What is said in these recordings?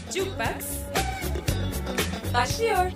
Jukebox başlıyor.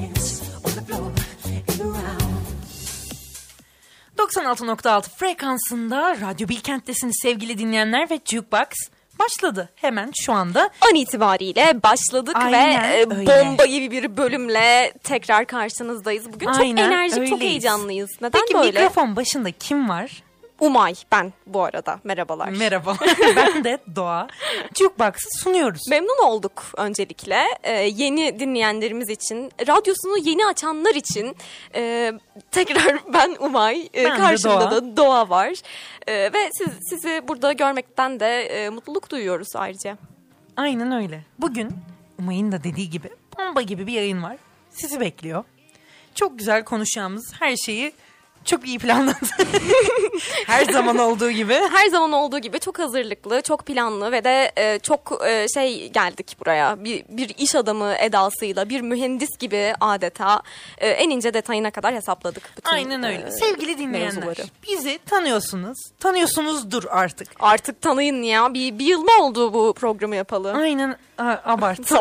96.6 frekansında Radyo Bilkent'tesiniz sevgili dinleyenler ve Jukebox başladı hemen şu anda. An itibariyle başladık. Aynen, ve bomba gibi bir bölümle tekrar karşınızdayız. Bugün çok enerjik, öyleyiz. Çok heyecanlıyız. Neden Peki, böyle? mikrofon başında kim var? Umay, ben bu arada. Merhabalar. Merhaba. Ben de Doğa. Jukebox'ı sunuyoruz. Memnun olduk öncelikle. Yeni dinleyenlerimiz için, radyosunu yeni açanlar için tekrar ben Umay, karşımda da Doğa var. Ve sizi burada görmekten de mutluluk duyuyoruz ayrıca. Aynen öyle. Bugün Umay'ın da dediği gibi bomba gibi bir yayın var. Sizi bekliyor. Çok güzel konuşacağımız her şeyi çok iyi planladı. Her zaman olduğu gibi. Her zaman olduğu gibi çok hazırlıklı, çok planlı ve de çok geldik buraya. Bir iş adamı edasıyla, bir mühendis gibi adeta en ince detayına kadar hesapladık. Bütün, aynen öyle. Sevgili dinleyenler, mevzuları. bizi tanıyorsunuz. Tanıyorsunuzdur artık. Artık tanıyın ya. Bir yıl mı oldu bu programı yapalı? Aynen. Abart.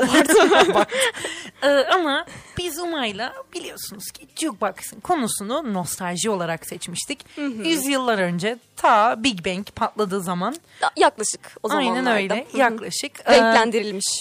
Ama biz Umay'la biliyorsunuz ki Jukebox'ın konusunu nostalji olarak seçmiştik. Yüzyıllar önce ta Big Bang patladığı zaman. Yaklaşık o zamanlarda. Aynen öyle. Yaklaşık. Renklendirilmiş.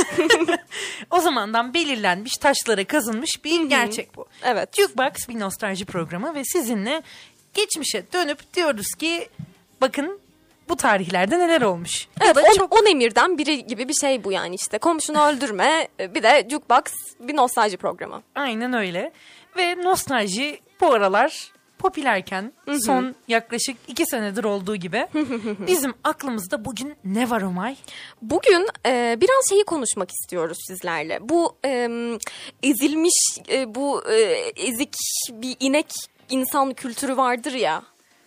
O zamandan belirlenmiş, taşlara kazınmış bir gerçek bu. Evet. Jukebox bir nostalji programı ve sizinle geçmişe dönüp diyoruz ki bakın bu tarihlerde neler olmuş. Evet, on emirden biri gibi bir şey bu yani işte. Komşunu öldürme, bir de Jukebox bir nostalji programı. Aynen öyle. Ve nostalji bu aralar popülerken son yaklaşık 2 senedir olduğu gibi bizim aklımızda bugün ne var Umay? Bugün biraz şeyi konuşmak istiyoruz sizlerle. Bu ezilmiş, ezik bir inek insan kültürü vardır ya.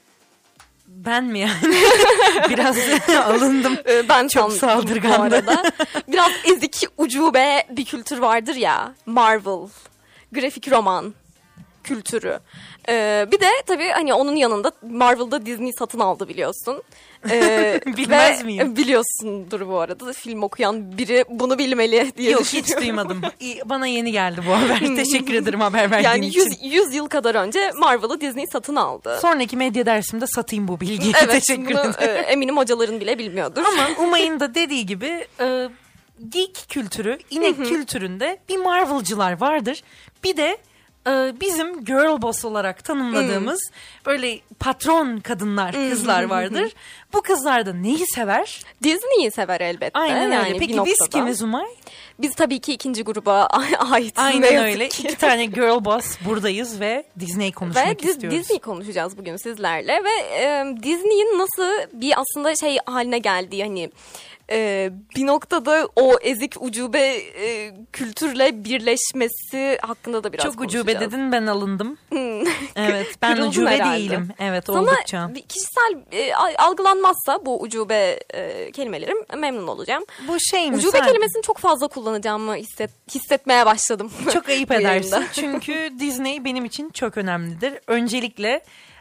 Ben mi yani? Biraz alındım. Ben çok saldırgandı. Biraz ezik, ucube bir kültür vardır ya. Marvel, grafik roman kültürü. Bir de tabii hani onun yanında Marvel'da Disney satın aldı biliyorsun. Bilmez miyim? Biliyorsundur bu arada. Film okuyan biri bunu bilmeli diye Yok, düşünüyorum. hiç duymadım. Bana yeni geldi bu haber. Teşekkür ederim haber verdiğin için. Yani 100 yıl kadar önce Marvel'ı Disney satın aldı. Sonraki medya dersimde satayım bu bilgiyi. Evet, teşekkür bunu ederim. eminim hocaların bile bilmiyordur. Ama Umay'ın da dediği gibi geek kültürü, inek kültüründe bir Marvel'cılar vardır. Bir de bizim girl boss olarak tanımladığımız böyle patron kadınlar, kızlar vardır. Bu kızlar da neyi sever? Disney'i sever elbette. Aynen öyle. Yani peki biz kimiz Umay? Biz tabii ki ikinci gruba ait. Aynen öyle. 2 tane girl boss buradayız ve Disney konuşmak istiyoruz. Disney konuşacağız bugün sizlerle ve Disney'in nasıl bir aslında şey haline geldiği hani bir noktada o ezik ucube kültürle birleşmesi hakkında da biraz çok konuşacağız. Çok ucube dedin, ben alındım. Evet, ben Kırıldın ucube herhalde. değilim. Evet, sana oldukça. Sana kişisel algılanmazsa bu ucube kelimelerim memnun olacağım. Bu şey mi? Ucube kelimesini çok fazla kullanacağımı hissetmeye başladım. Çok ayıp edersin. Çünkü Disney benim için çok önemlidir. Öncelikle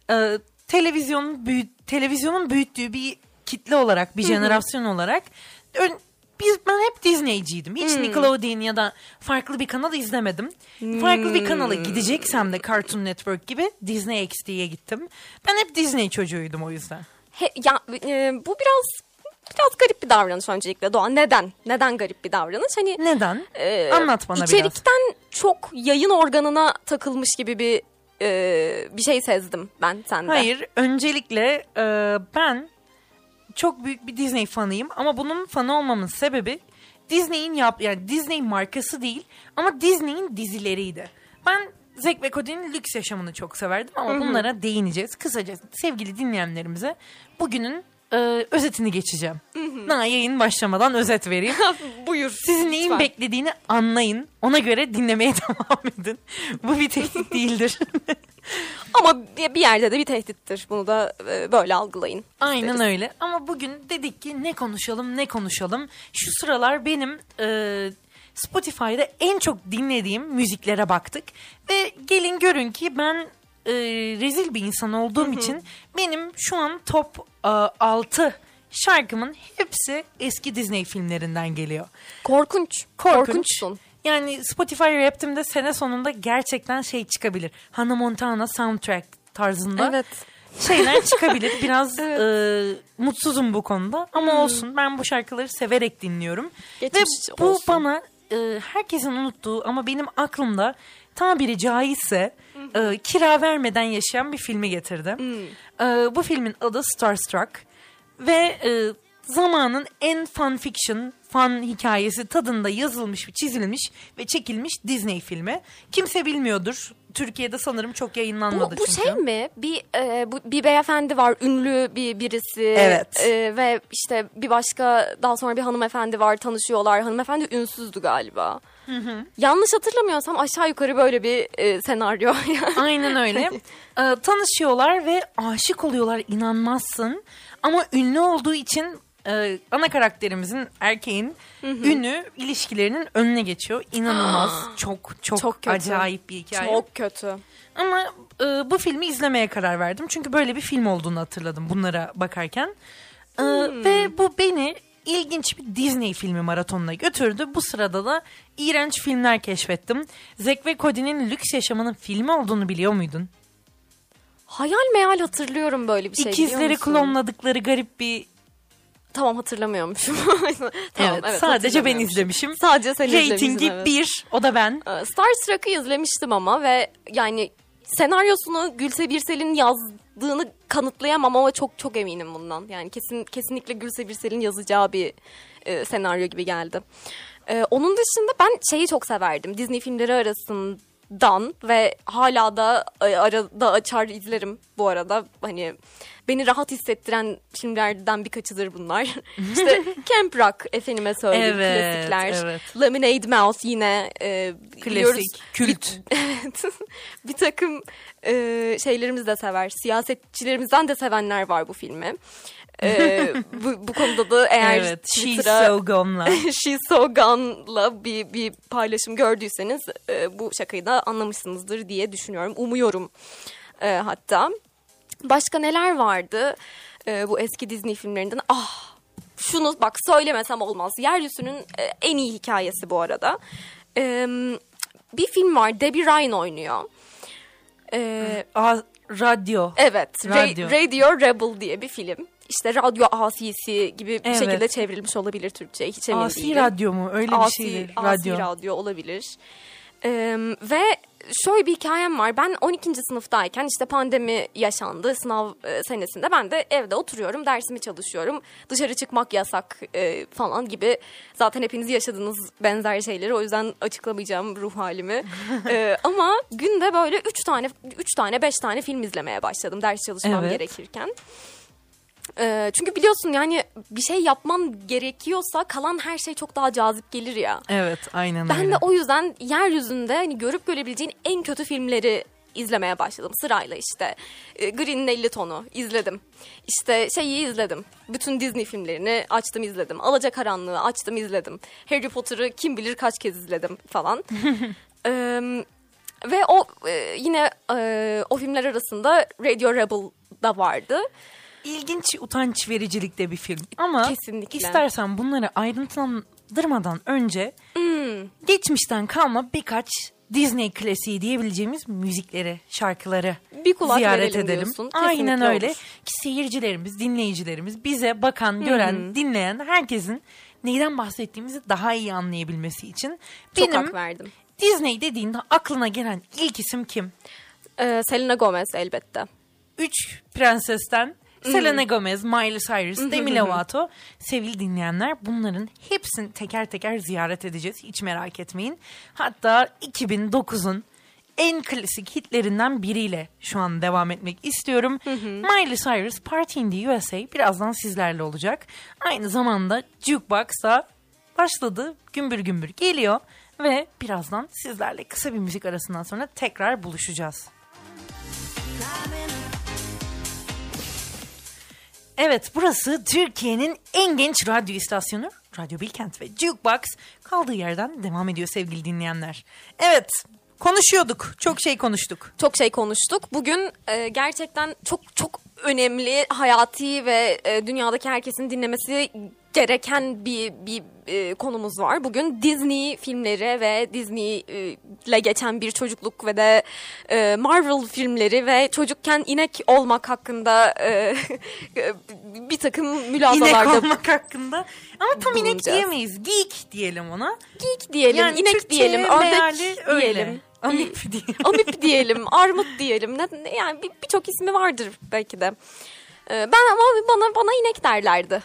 televizyonun büyüttüğü bir kitle olarak, bir jenerasyon olarak ben hep Disney'ciydim. Hiç Nickelodeon ya da farklı bir kanal izlemedim. Farklı bir kanala gideceksem de Cartoon Network gibi Disney XD'ye gittim. Ben hep Disney çocuğuydum o yüzden. Bu biraz garip bir davranış öncelikle Doğan. Neden? Neden garip bir davranış? Hani neden? Anlat bana biraz. İçerikten çok yayın organına takılmış gibi bir şey sezdim ben sende. Hayır, öncelikle ben çok büyük bir Disney fanıyım ama bunun fanı olmamın sebebi Disney'in yani Disney markası değil ama Disney'in dizileriydi. Ben Zack ve Cody'nin lüks yaşamını çok severdim ama bunlara değineceğiz. Kısaca sevgili dinleyenlerimize bugünün özetini geçeceğim. Yayın başlamadan özet vereyim. Buyur. Sizin neyin beklediğini anlayın. Ona göre dinlemeye devam edin. Bu bir tehdit değildir. Ama bir yerde de bir tehdittir. Bunu da böyle algılayın. Aynen isteriz. öyle. Ama bugün dedik ki ne konuşalım. Şu sıralar benim Spotify'da en çok dinlediğim müziklere baktık. Ve gelin görün ki ben rezil bir insan olduğum için benim şu an top 6 şarkımın hepsi eski Disney filmlerinden geliyor. Korkunç. Korkunçsun. Yani Spotify Rap'timde sene sonunda gerçekten şey çıkabilir. Hannah Montana soundtrack tarzında. Evet. Şeyler çıkabilir. Biraz mutsuzum bu konuda ama olsun, ben bu şarkıları severek dinliyorum. Geçmiş ve bu olsun. Bana herkesin unuttuğu ama benim aklımda tabiri caizse kira vermeden yaşayan bir filmi getirdi. Bu filmin adı Starstruck ve zamanın en fan hikayesi tadında yazılmış, çizilmiş ve çekilmiş Disney filmi. Kimse bilmiyordur. Türkiye'de sanırım çok yayınlanmadı bu çünkü. Bu şey mi? Bir beyefendi var, ünlü birisi. Evet. Ve işte bir başka, daha sonra bir hanımefendi var, tanışıyorlar. Hanımefendi ünsüzdü galiba. Hı. Yanlış hatırlamıyorsam aşağı yukarı böyle bir senaryo. Aynen öyle. Tanışıyorlar ve aşık oluyorlar, inanmazsın. Ama ünlü olduğu için ana karakterimizin, erkeğin ünü ilişkilerinin önüne geçiyor. İnanılmaz. Çok acayip bir hikaye. Çok kötü. Ama bu filmi izlemeye karar verdim. Çünkü böyle bir film olduğunu hatırladım bunlara bakarken. Ve bu beni ilginç bir Disney filmi maratonuna götürdü. Bu sırada da iğrenç filmler keşfettim. Zack ve Cody'nin Lüks Yaşamı'nın filmi olduğunu biliyor muydun? Hayal meyal hatırlıyorum böyle bir şey. İkizleri klonladıkları garip bir... Tamam, hatırlamıyormuşum. Tamam, evet, sadece ben izlemişim. Sadece sen izlemişsin. Ratingi 1, o da ben. Starstruck'ı izlemiştim ama ve yani senaryosunu Gülse Birsel'in yazdığını kanıtlayamam ama çok eminim bundan. Yani kesinlikle Gülse Birsel'in yazacağı bir senaryo gibi geldi. Onun dışında ben şeyi çok severdim. Disney filmleri arasından ve hala da arada açar izlerim bu arada. Hani beni rahat hissettiren filmlerden birkaçıdır bunlar. İşte Camp Rock, efendime söyleyeyim, klasikler. Evet. Lemonade Mouth yine klasik, kült. Evet. Bir takım şeylerimiz de sever. Siyasetçilerimizden de sevenler var bu filmi. Bu konuda da eğer Twitter'a She's So Gone'la bir paylaşım gördüyseniz bu şakayı da anlamışsınızdır diye düşünüyorum. Umuyorum hatta. Başka neler vardı bu eski Disney filmlerinden? Şunu bak söylemesem olmaz. Yeryüzünün en iyi hikayesi bu arada. Bir film var. Debbie Ryan oynuyor. Radyo. Evet. Radio Rebel diye bir film. İşte radyo asisi gibi bir şekilde çevrilmiş olabilir Türkçe'ye. Hiç emin değilim. Asi radyo mu? Öyle bir şeydir. Asi radyo olabilir. Ve şöyle bir hikayem var. Ben 12. sınıftayken işte pandemi yaşandı sınav senesinde. Ben de evde oturuyorum, dersimi çalışıyorum. Dışarı çıkmak yasak falan gibi. Zaten hepiniz yaşadığınız benzer şeyleri. O yüzden açıklamayacağım ruh halimi. Ama günde böyle 3 tane 5 tane film izlemeye başladım ders çalışmam gerekirken. Çünkü biliyorsun yani bir şey yapman gerekiyorsa kalan her şey çok daha cazip gelir ya. Evet, aynen öyle. Ben de o yüzden yeryüzünde hani görüp görebileceğin en kötü filmleri izlemeye başladım sırayla işte. Green'in 50 tonu izledim. İşte şeyi izledim. Bütün Disney filmlerini açtım izledim. Alacakaranlığı açtım izledim. Harry Potter'ı kim bilir kaç kez izledim falan. Ve o yine o filmler arasında Radio Rebel da vardı. İlginç, utanç vericilikte bir film. Ama kesinlikle. İstersen bunları ayrıntılandırmadan önce geçmişten kalma birkaç Disney klasiği diyebileceğimiz müzikleri, şarkıları ziyaret edelim. Diyorsun. Aynen öyle. Ki seyircilerimiz, dinleyicilerimiz, bize bakan, gören, dinleyen herkesin neyden bahsettiğimizi daha iyi anlayabilmesi için. Çok hak verdim. Disney dediğinde aklına gelen ilk isim kim? Selena Gomez elbette. 3 prensesten Selena Gomez, Miley Cyrus, Demi Lovato. Sevgili dinleyenler, bunların hepsini teker teker ziyaret edeceğiz. Hiç merak etmeyin. Hatta 2009'un en klasik hitlerinden biriyle şu an devam etmek istiyorum. Miley Cyrus, Party in the USA birazdan sizlerle olacak. Aynı zamanda Jukebox da başladı. Gümbür gümbür geliyor. Ve birazdan sizlerle kısa bir müzik arasından sonra tekrar buluşacağız. Evet, burası Türkiye'nin en genç radyo istasyonu Radyo Bilkent ve Jukebox kaldığı yerden devam ediyor sevgili dinleyenler. Evet, konuşuyorduk. Çok şey konuştuk. Çok şey konuştuk. Bugün gerçekten çok önemli, hayati ve dünyadaki herkesin dinlemesi gereken bir konumuz var. Bugün Disney filmleri ve Disney'le geçen bir çocukluk ve de Marvel filmleri ve çocukken inek olmak hakkında bir takım mülazalarda İnek olmak hakkında. Ama tam inek diyemeyiz. Geek diyelim ona. Geek diyelim, yani inek diyelim, ördek diyelim. Amip diyelim. Amip diyelim, armut diyelim. Yani birçok ismi vardır belki de. Ama bana inek derlerdi.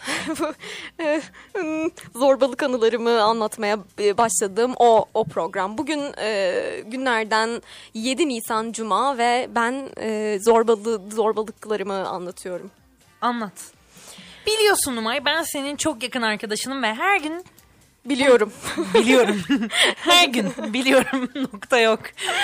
Zorbalık anılarımı anlatmaya başladığım o program. Bugün günlerden 7 Nisan Cuma ve ben zorbalıklarımı anlatıyorum. Anlat. Biliyorsun Umay, ben senin çok yakın arkadaşınım ve her gün biliyorum. Biliyorum. Her gün biliyorum. Nokta yok.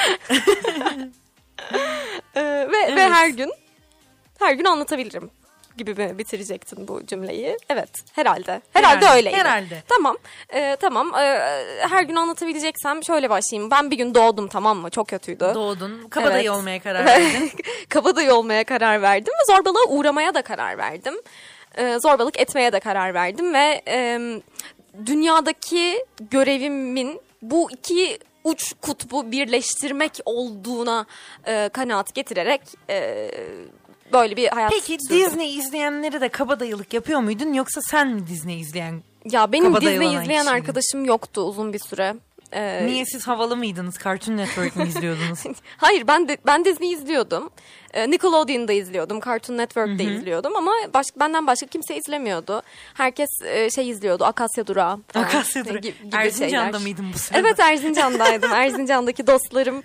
Ve her gün anlatabilirim gibi mi bitirecektin bu cümleyi? Evet, herhalde öyleydi. Herhalde. Tamam. Her gün anlatabileceksem şöyle başlayayım. Ben bir gün doğdum, tamam mı? Çok kötüydü. Doğdun. Kabadayı olmaya karar verdin. Kabadayı olmaya karar verdim ve zorbalığa uğramaya da karar verdim. Zorbalık etmeye de karar verdim ve dünyadaki görevimin bu iki uç kutbu birleştirmek olduğuna kanaat getirerek böyle bir hayat Peki sürdüm. Disney izleyenleri de kabadayılık yapıyor muydun, yoksa sen mi Disney izleyen? Ya benim Disney izleyen arkadaşım yoktu uzun bir süre. Niye, siz havalı mıydınız? Cartoon Network mi izliyordunuz? Hayır, ben Disney izliyordum. Nickelodeon'da izliyordum. Cartoon Network'te izliyordum ama benden başka kimse izlemiyordu. Herkes izliyordu. Akasya Durağı falan. Akasya Durağı. Erzincan'da mıydın bu sırada? Evet, Erzincan'daydım. Erzincan'daki dostlarım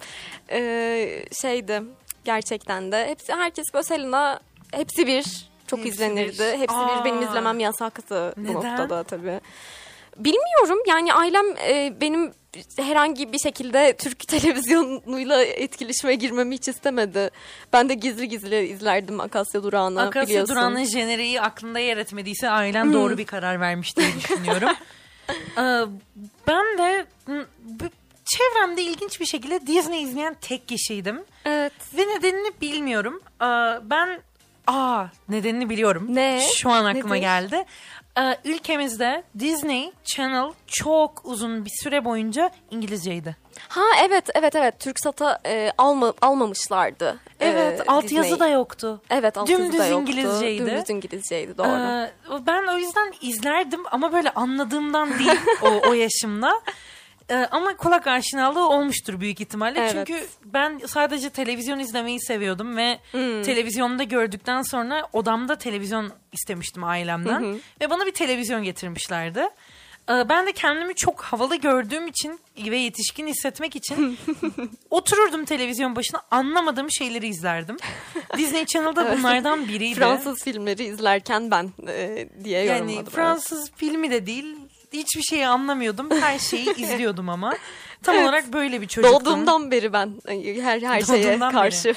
gerçekten de. Herkes böyle Selena, hepsi bir. Çok izlenirdi. Hepsi bir. Benim izlemem yasaktı bu noktada tabii. Bilmiyorum, yani ailem benim herhangi bir şekilde Türk televizyonuyla etkileşime girmemi hiç istemedi. Ben de gizli izlerdim Akasya Durağı'nı, Akasya biliyorsun. Durağı'nın jeneriği aklında yer etmediyse ailen doğru bir karar vermiş diye düşünüyorum. Ben de çevremde ilginç bir şekilde Disney izleyen tek kişiydim. Evet. Ve nedenini bilmiyorum. Nedenini biliyorum. Ne? Şu an aklıma geldi. Ülkemizde Disney Channel çok uzun bir süre boyunca İngilizceydi. Ha evet. TürkSat'a almamışlardı. Evet, altyazı da yoktu. Evet, altyazı Dümdüz da yoktu. İngilizceydi. Dümdüz İngilizceydi, doğru. Ben o yüzden izlerdim ama böyle anladığımdan değil o yaşımda. Ama kulak aşinalığı olmuştur büyük ihtimalle. Evet. Çünkü ben sadece televizyon izlemeyi seviyordum ve televizyonda gördükten sonra odamda televizyon istemiştim ailemden. Ve bana bir televizyon getirmişlerdi. Ben de kendimi çok havalı gördüğüm için ve yetişkin hissetmek için otururdum televizyon başına, anlamadığım şeyleri izlerdim. Disney Channel'da bunlardan biriydi. Fransız filmleri izlerken ben diye yorumladım. Yani Fransız filmi de değil, hiçbir şeyi anlamıyordum. Her şeyi izliyordum ama. Tam olarak böyle bir çocuktum. Doğduğumdan beri ben her şeye karşı.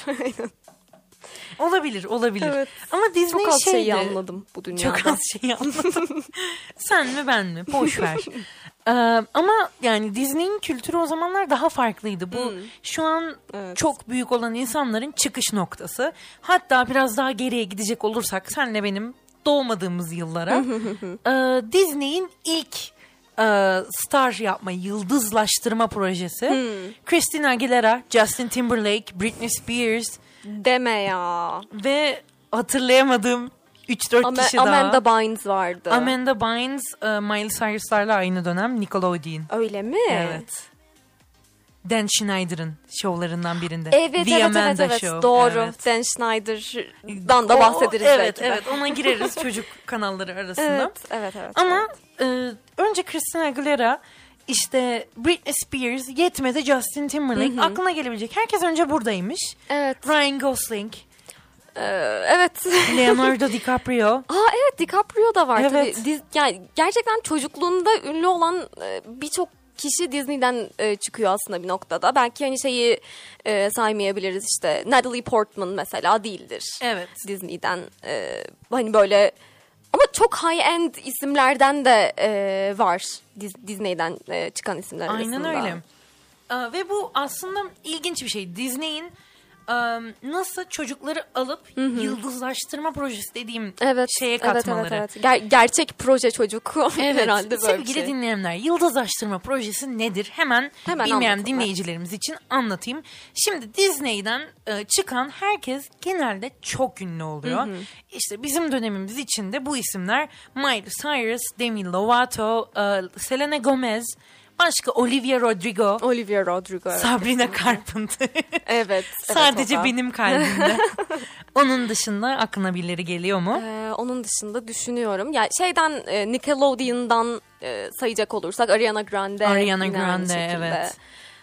Olabilir. Evet. Ama Disney çok az şeyi anladım bu dünyada. Çok az şeyi anladım. Sen mi ben mi? Boş ver. Ama yani Disney'in kültürü o zamanlar daha farklıydı. Bu şu an çok büyük olan insanların çıkış noktası. Hatta biraz daha geriye gidecek olursak, senle benim doğmadığımız yıllara Disney'in ilk star yapma, yıldızlaştırma projesi. Christina Aguilera, Justin Timberlake, Britney Spears. Deme ya. Ve hatırlayamadığım 3-4 kişi daha. Amanda Bynes vardı. Amanda Bynes, Miley Cyrus'larla aynı dönem Nickelodeon. Öyle mi? Evet. Dan Schneider'ın şovlarından birinde. Evet. Show. Doğru. Evet. Dan Schneider'dan da bahsederiz belki de. Evet, ona gireriz çocuk kanalları arasında. Evet. Ama önce Christina Aguilera, işte Britney Spears, yetmedi Justin Timberlake, aklına gelebilecek herkes önce buradaymış. Evet. Ryan Gosling. Evet. Leonardo DiCaprio. Evet, DiCaprio da var evet. tabii. Yani gerçekten çocukluğunda ünlü olan birçok kişi Disney'den çıkıyor aslında bir noktada. Belki hani şeyi saymayabiliriz, işte Natalie Portman mesela değildir. Evet. Disney'den hani böyle, ama çok high-end isimlerden de var Disney'den çıkan isimler arasında. Aynen öyle. Ve bu aslında ilginç bir şey. Disney'in nasıl çocukları alıp yıldızlaştırma projesi dediğim şeye Evet, katmaları. evet, evet. Gerçek proje çocuk. Evet. Herhalde böyle Sevgili bir şey. dinleyenler, yıldızlaştırma projesi nedir? Hemen bilmeyen dinleyicilerimiz için anlatayım. Şimdi Disney'den çıkan herkes genelde çok ünlü oluyor. İşte bizim dönemimiz içinde bu isimler Miley Cyrus, Demi Lovato, Selena Gomez, başka Olivia Rodrigo, Sabrina Carpenter. Evet. Sadece benim kalbimde. Onun dışında aklına birileri geliyor mu? Onun dışında düşünüyorum. Yani Nickelodeon'dan sayacak olursak Ariana Grande, evet.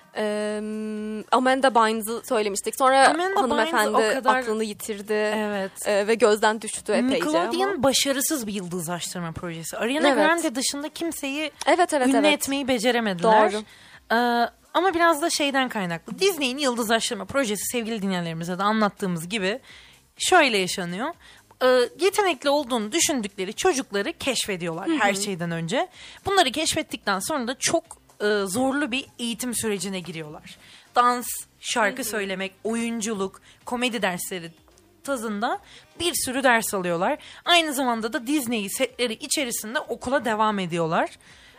Amanda Bynes'ı söylemiştik. Sonra hanımefendi aklını yitirdi. Evet. Ve gözden düştü epeyce. Nickelodeon başarısız bir yıldızlaştırma projesi. Ariana Grande dışında kimseyi ünlü etmeyi beceremediler. Doğru. Ama biraz da şeyden kaynaklı. Disney'in yıldızlaştırma projesi, sevgili dinleyenlerimize de anlattığımız gibi şöyle yaşanıyor. Yetenekli olduğunu düşündükleri çocukları keşfediyorlar her şeyden önce. Bunları keşfettikten sonra da çok zorlu bir eğitim sürecine giriyorlar. Dans, şarkı söylemek, oyunculuk, komedi dersleri tadında bir sürü ders alıyorlar. Aynı zamanda da Disney setleri içerisinde okula devam ediyorlar.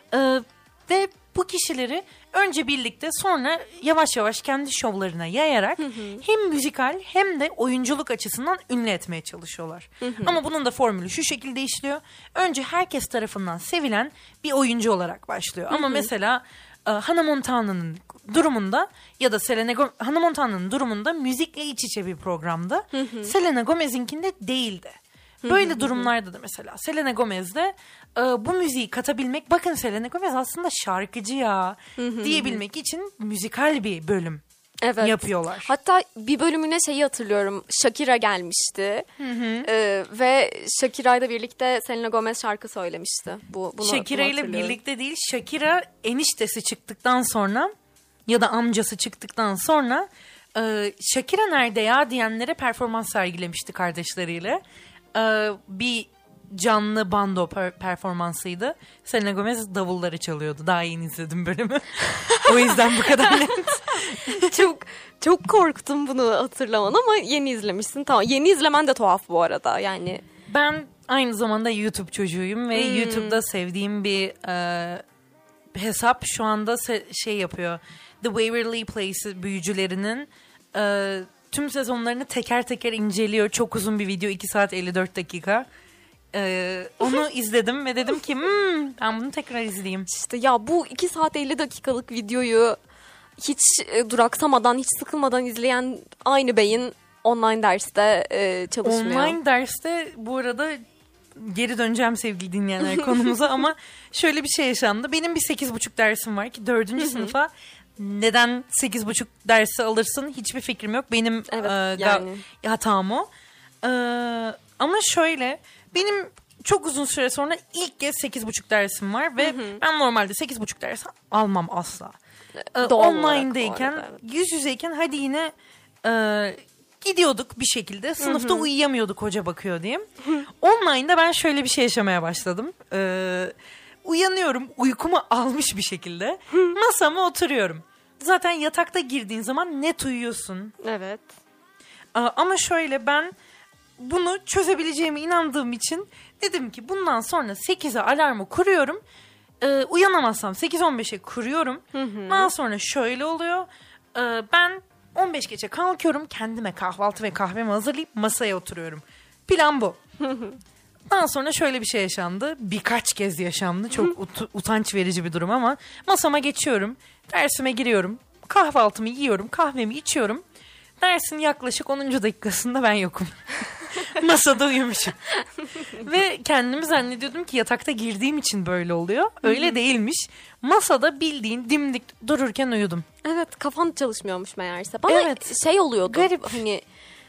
Ve bu kişileri önce birlikte, sonra yavaş yavaş kendi şovlarına yayarak hem müzikal hem de oyunculuk açısından ünlü etmeye çalışıyorlar. Ama bunun da formülü şu şekilde işliyor. Önce herkes tarafından sevilen bir oyuncu olarak başlıyor. Ama mesela Hannah Montana'nın durumunda ya da Hannah Montana'nın durumunda müzikle iç içe bir programda. Selena Gomez'inkinde değildi. Böyle durumlarda da mesela Selena Gomez'de bu müziği katabilmek, bakın Selena Gomez aslında şarkıcı ya diyebilmek için müzikal bir bölüm yapıyorlar. Hatta bir bölümüne şeyi hatırlıyorum. Shakira gelmişti. Ve Shakira ile birlikte Selena Gomez şarkı söylemişti. Shakira ile birlikte değil, Shakira eniştesi çıktıktan sonra ya da amcası çıktıktan sonra Shakira nerede ya diyenlere performans sergilemişti kardeşleriyle. Bir canlı bando performansıydı. Selena Gomez davulları çalıyordu. Daha yeni izledim bölümü. O yüzden bu kadar net. Çok korktum bunu hatırlaman ama yeni izlemişsin. Tamam. Yeni izlemen de tuhaf bu arada. Yani ben aynı zamanda YouTube çocuğuyum ve YouTube'da sevdiğim bir hesap şu anda şey yapıyor. The Waverly Place büyücülerinin tüm sezonlarını teker teker inceliyor. Çok uzun bir video, 2 saat 54 dakika. Onu izledim ve dedim ki ben bunu tekrar izleyeyim. İşte ya bu 2 saat 50 dakikalık videoyu hiç duraksamadan, hiç sıkılmadan izleyen aynı beyin online derste çalışmıyor. Online derste bu arada geri döneceğim sevgili dinleyenler konumuza ama şöyle bir şey yaşandı. Benim bir 8,5 dersim var ki 4. sınıfa neden 8,5 dersi alırsın hiçbir fikrim yok. Benim hatam o. Ama şöyle, benim çok uzun süre sonra ilk kez 8,5 dersim var ve ben normalde 8,5 ders almam asla. Online'dayken, yüz yüzeyken hadi yine gidiyorduk bir şekilde. Sınıfta uyuyamıyorduk hoca bakıyor diye. Online'da ben şöyle bir şey yaşamaya başladım. Uyanıyorum, uykumu almış bir şekilde. Masama oturuyorum. Zaten yatakta girdiğin zaman net uyuyorsun. Evet. Ama şöyle, ben bunu çözebileceğime inandığım için dedim ki bundan sonra 8'e alarmı kuruyorum. Uyanamazsam 8-15'e kuruyorum. Daha sonra şöyle oluyor. Ben 15 geçe kalkıyorum. Kendime kahvaltı ve kahvemi hazırlayıp masaya oturuyorum. Plan bu. Daha sonra şöyle bir şey yaşandı. Birkaç kez yaşandı. Çok utanç verici bir durum ama masama geçiyorum. Dersime giriyorum. Kahvaltımı yiyorum. Kahvemi içiyorum. Dersin yaklaşık 10. dakikasında ben yokum. Masada uyumuşum. Ve kendimi zannediyordum ki yatakta girdiğim için böyle oluyor. Öyle değilmiş. Masada bildiğin dimdik dururken uyudum. Evet, kafan çalışmıyormuş meğerse. Bana şey oluyordu. Garip. Hani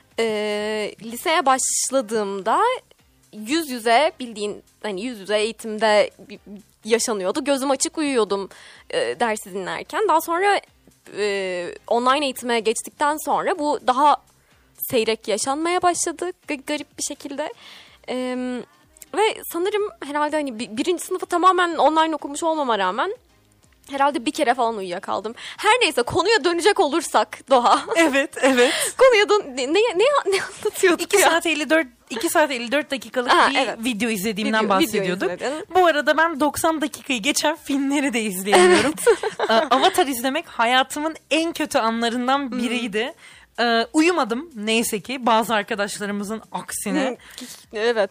liseye başladığımda yüz yüze bildiğin hani yüz yüze eğitimde yaşanıyordu. Gözüm açık uyuyordum dersi dinlerken. Daha sonra online eğitime geçtikten sonra bu daha seyrek yaşanmaya başladı garip bir şekilde. Ve sanırım herhalde hani birinci sınıfı tamamen online okumuş olmama rağmen Herhalde bir kere falan uyuyakaldım. Her neyse, konuya dönecek olursak Doğa. Evet. Konuya ne anlatıyorduk 2 saat 54 dakikalık bir video izlediğimden bahsediyorduk. Bu arada ben 90 dakikayı geçen filmleri de izleyemiyorum. Avatar izlemek hayatımın en kötü anlarından biriydi. Uyumadım neyse ki, bazı arkadaşlarımızın aksine. Evet.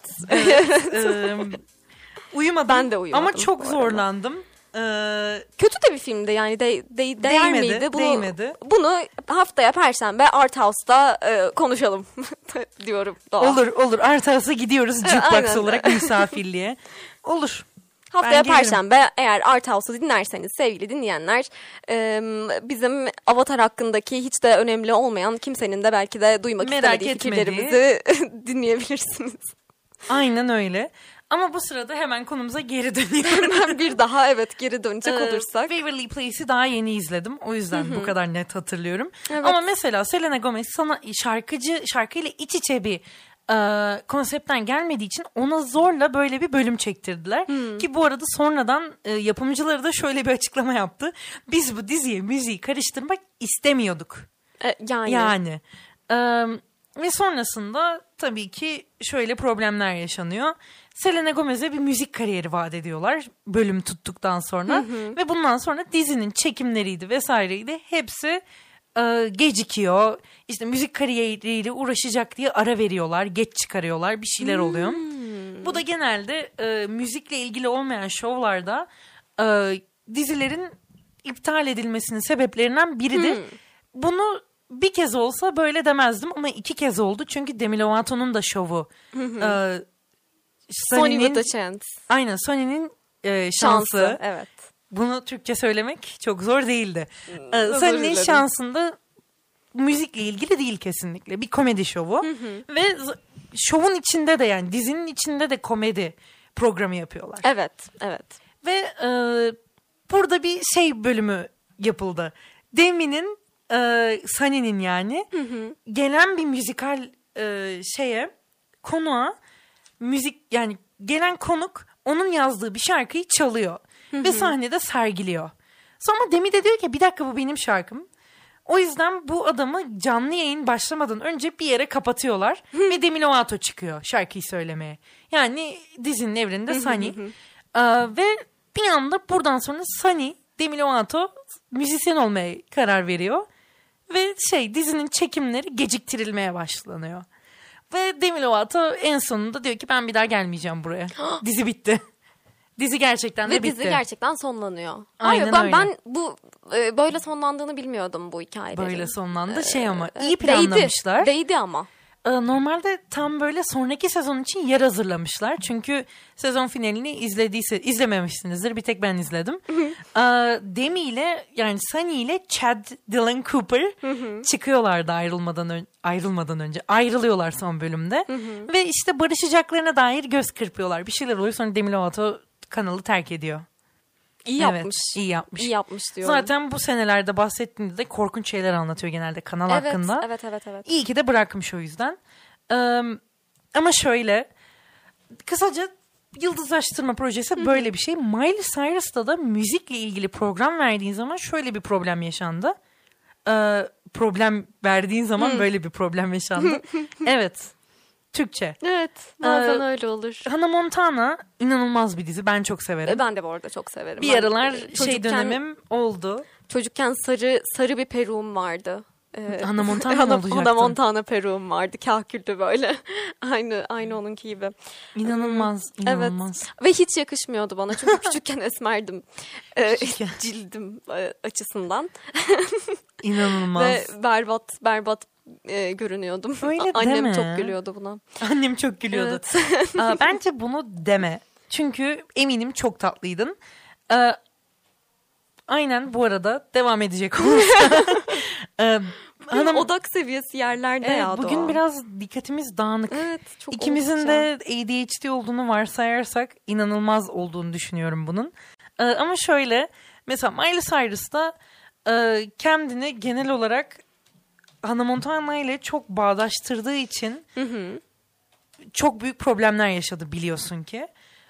Uyumadım. Ben de uyumadım. Ama çok zorlandım. Kötü de bir filmdi yani, değer miydi? Değmedi. Bunu haftaya Perşembe Art House'da konuşalım diyorum. Doğa. Olur. Art House'a gidiyoruz jukebox olarak misafirliğe. Olur. Haftaya Perşembe eğer Art House'u dinlerseniz sevgili dinleyenler, bizim Avatar hakkındaki hiç de önemli olmayan, kimsenin de belki de duymak istemediği fikirlerimizi dinleyebilirsiniz. Aynen öyle. Ama bu sırada hemen konumuza geri dönüyorum. Hemen bir daha geri dönecek olursak. Waverly Place'i daha yeni izledim. O yüzden bu kadar net hatırlıyorum. Evet. Ama mesela Selena Gomez sana şarkıyla iç içe bir konseptten gelmediği için ona zorla böyle bir bölüm çektirdiler. Ki bu arada sonradan yapımcıları da şöyle bir açıklama yaptı. Biz bu diziye müziği karıştırmak istemiyorduk. Yani. Ve sonrasında tabii ki şöyle problemler yaşanıyor. Selena Gomez'e bir müzik kariyeri vaat ediyorlar bölüm tuttuktan sonra. Ve bundan sonra dizinin çekimleriydi vesaireydi. Hepsi gecikiyor. İşte müzik kariyeriyle uğraşacak diye ara veriyorlar. Geç çıkarıyorlar. Bir şeyler oluyor. Bu da genelde müzikle ilgili olmayan şovlarda dizilerin iptal edilmesinin sebeplerinden biridir. Bunu bir kez olsa böyle demezdim ama 2 kez oldu. Çünkü Demi Lovato'nun da şovu. Sony with a Chance. Aynen, Sony'nin şansı. Evet. Bunu Türkçe söylemek çok zor değildi. Sony'nin şansında müzikle ilgili değil kesinlikle. Bir komedi şovu. Ve şovun içinde de, yani dizinin içinde de komedi programı yapıyorlar. Evet. Ve burada bir bölümü yapıldı. Demi'nin, Sunny'nin yani gelen bir müzikal konuğa müzik, yani gelen konuk onun yazdığı bir şarkıyı çalıyor ve sahnede sergiliyor. Sonra Demi de diyor ki bir dakika, bu benim şarkım. O yüzden bu adamı canlı yayın başlamadan önce bir yere kapatıyorlar ve Demi Lovato çıkıyor şarkıyı söylemeye. Yani dizinin evreninde Sunny. Ve bir anda buradan sonra Sunny, Demi Lovato müzisyen olmaya karar veriyor. Ve dizinin çekimleri geciktirilmeye başlanıyor. Ve Demi Lovato en sonunda diyor ki ben bir daha gelmeyeceğim buraya. Dizi bitti. Dizi gerçekten de bitti. Ve dizi gerçekten sonlanıyor. Aynen Hayır, öyle. Ben bu böyle sonlandığını bilmiyordum bu hikayelerin. Böyle sonlandı ama iyi planlamışlar. Değdi ama. Normalde tam böyle sonraki sezon için yer hazırlamışlar. Çünkü sezon finalini izlememişsinizdir. Bir tek ben izledim. Demi ile, yani Sunny ile Chad Dylan Cooper çıkıyorlardı ayrılmadan önce. Ayrılıyorlar son bölümde. Ve işte barışacaklarına dair göz kırpıyorlar. Bir şeyler oluyor, sonra Demi Lovato kanalı terk ediyor. İyi yapmış. İyi yapmış. İyi yapmış diyorum. Zaten bu senelerde bahsettiğinde de korkunç şeyler anlatıyor genelde kanal hakkında. Evet. İyi ki de bırakmış o yüzden. Ama şöyle, kısaca yıldızlaştırma projesi böyle bir şey. Miley Cyrus'ta da müzikle ilgili program verdiğin zaman şöyle bir problem yaşandı. Böyle bir problem yaşandı. Evet. Türkçe. Evet. Bazen öyle olur. Hannah Montana inanılmaz bir dizi. Ben çok severim. Ben de bu arada çok severim. Bir aralar dönemim oldu. Çocukken sarı bir peruğum vardı. Hannah Montana olacaktın. Hannah Montana peruğum vardı. Kahküllü böyle. aynı onunki gibi. İnanılmaz. Evet. Ve hiç yakışmıyordu bana. Çünkü küçükken esmerdim. Cildim açısından. İnanılmaz. Ve berbat görünüyordum. Öyle Annem deme. çok gülüyordu buna. Annem çok gülüyordu. Evet. Bence bunu deme. Çünkü eminim çok tatlıydın. Aynen, bu arada devam edecek olursa. Odak seviyesi yerlerde ya Doğa. Bugün biraz dikkatimiz dağınık. Evet, çok İkimizin de ADHD olduğunu varsayarsak inanılmaz olduğunu düşünüyorum bunun. Ama şöyle, mesela Miley Cyrus'ta kendini genel olarak Hannah Montana ile çok bağdaştırdığı için çok büyük problemler yaşadı biliyorsun ki.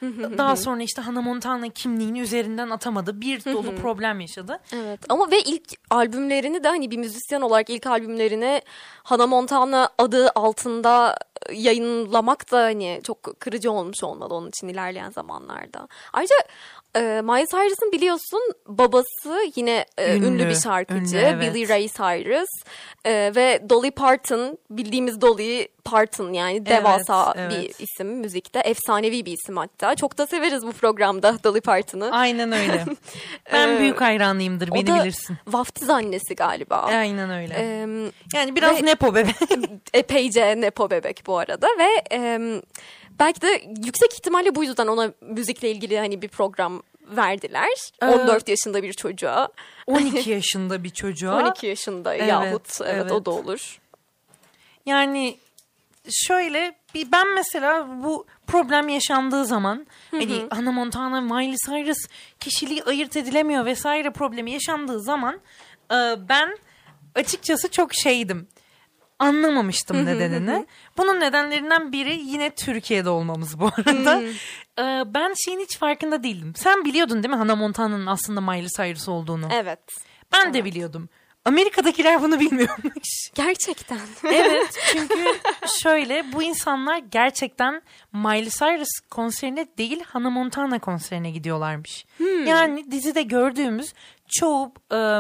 Daha sonra işte Hannah Montana kimliğini üzerinden atamadı. Bir dolu problem yaşadı. Evet, ama ve ilk albümlerini de hani bir müzisyen olarak ilk albümlerini Hannah Montana adı altında yayınlamak da hani çok kırıcı olmuş olmalı onun için ilerleyen zamanlarda. Ayrıca Miley Cyrus'ın biliyorsun babası yine ünlü bir şarkıcı, evet. Billy Ray Cyrus ve Dolly Parton, bildiğimiz Dolly Parton, yani devasa bir isim müzikte, efsanevi bir isim hatta. Çok da severiz bu programda Dolly Parton'ı. Aynen öyle. Ben büyük hayranıyımdır, beni bilirsin. Vaftiz annesi galiba. Aynen öyle. Yani biraz nepo bebek. Epeyce nepo bebek bu arada ve belki de yüksek ihtimalle bu yüzden ona müzikle ilgili hani bir program verdiler. 14 yaşında bir çocuğa. 12 yaşında bir çocuğa. 12 yaşında yahut evet o da olur. Yani şöyle ben mesela bu problem yaşandığı zaman hani Hannah Montana, Miley Cyrus kişiliği ayırt edilemiyor vesaire problemi yaşandığı zaman ben açıkçası çok şeydim. Anlamamıştım nedenini. Bunun nedenlerinden biri yine Türkiye'de olmamız bu arada. Ben şeyin hiç farkında değildim. Sen biliyordun değil mi Hannah Montana'nın aslında Miley Cyrus olduğunu? Evet. Ben de biliyordum. Amerika'dakiler bunu bilmiyormuş. Gerçekten. Evet, çünkü şöyle, bu insanlar gerçekten Miley Cyrus konserine değil Hannah Montana konserine gidiyorlarmış. Yani dizide gördüğümüz çoğu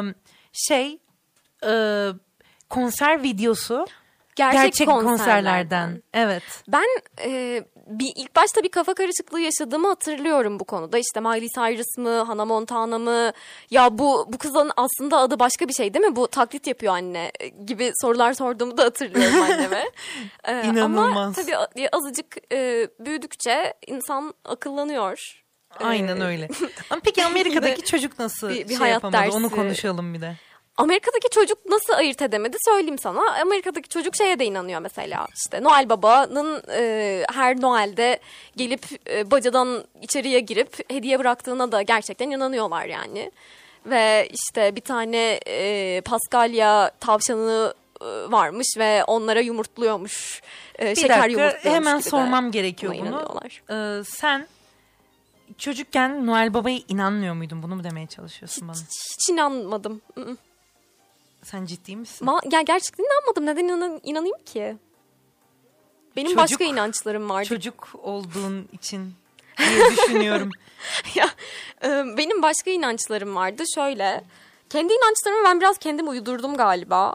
konser videosu gerçek konserlerden. Evet. Ben ilk başta bir kafa karışıklığı yaşadığımı hatırlıyorum bu konuda. İşte Miley Cyrus mı, Hannah Montana mı? Ya bu kızın aslında adı başka bir şey değil mi? Bu taklit yapıyor anne gibi sorular sorduğumu da hatırlıyorum anneme. İnanılmaz. Ama tabii azıcık büyüdükçe insan akıllanıyor. Aynen öyle. Ama peki Amerika'daki çocuk nasıl bir hayat yapamadı? dersi. Onu konuşalım bir de. Amerika'daki çocuk nasıl ayırt edemedi söyleyeyim sana. Amerika'daki çocuk şeye de inanıyor mesela. İşte Noel Baba'nın her Noel'de gelip bacadan içeriye girip hediye bıraktığına da gerçekten inanıyorlar yani. Ve işte bir tane Paskalya tavşanı varmış ve onlara yumurtluyormuş. Şeker yumurtluyormuş hemen gibi sormam gerekiyor bunu. Sen çocukken Noel Baba'ya inanmıyor muydun? Bunu mu demeye çalışıyorsun bana? Hiç inanmadım. Sen ciddi misin? Ya gerçekten inanmadım. Neden inanayım ki? Benim başka inançlarım vardı. Çocuk olduğun için diye düşünüyorum. Ya benim başka inançlarım vardı. Şöyle, kendi inançlarımı ben biraz kendim uydurdum galiba.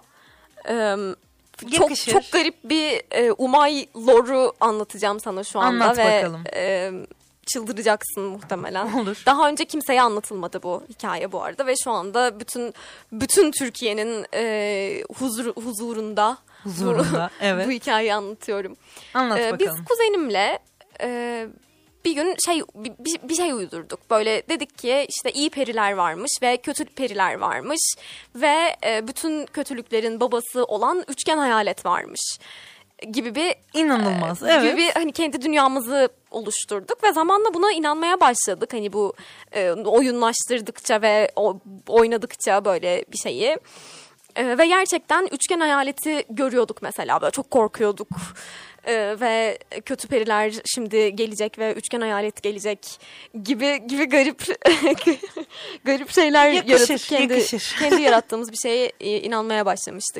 Çok garip bir Umay lore'u anlatacağım sana şu anda. Anlat ve bakalım. Çıldıracaksın muhtemelen. Olur. Daha önce kimseye anlatılmadı bu hikaye bu arada ve şu anda bütün Türkiye'nin huzurunda evet. Bu hikayeyi anlatıyorum. Anlat bakalım. Biz kuzenimle bir gün bir şey uydurduk. Böyle dedik ki işte iyi periler varmış ve kötü periler varmış ve bütün kötülüklerin babası olan üçgen hayalet varmış gibi bir inanılmaz gibi bir hani kendi dünyamızı oluşturduk ve zamanla buna inanmaya başladık. Hani bu oyunlaştırdıkça ve oynadıkça böyle bir şeyi. Ve gerçekten üçgen hayaleti görüyorduk mesela. Böyle çok korkuyorduk. Ve kötü periler şimdi gelecek ve üçgen hayalet gelecek gibi garip şeyler yaratıp kendi yarattığımız bir şeye inanmaya başlamıştık.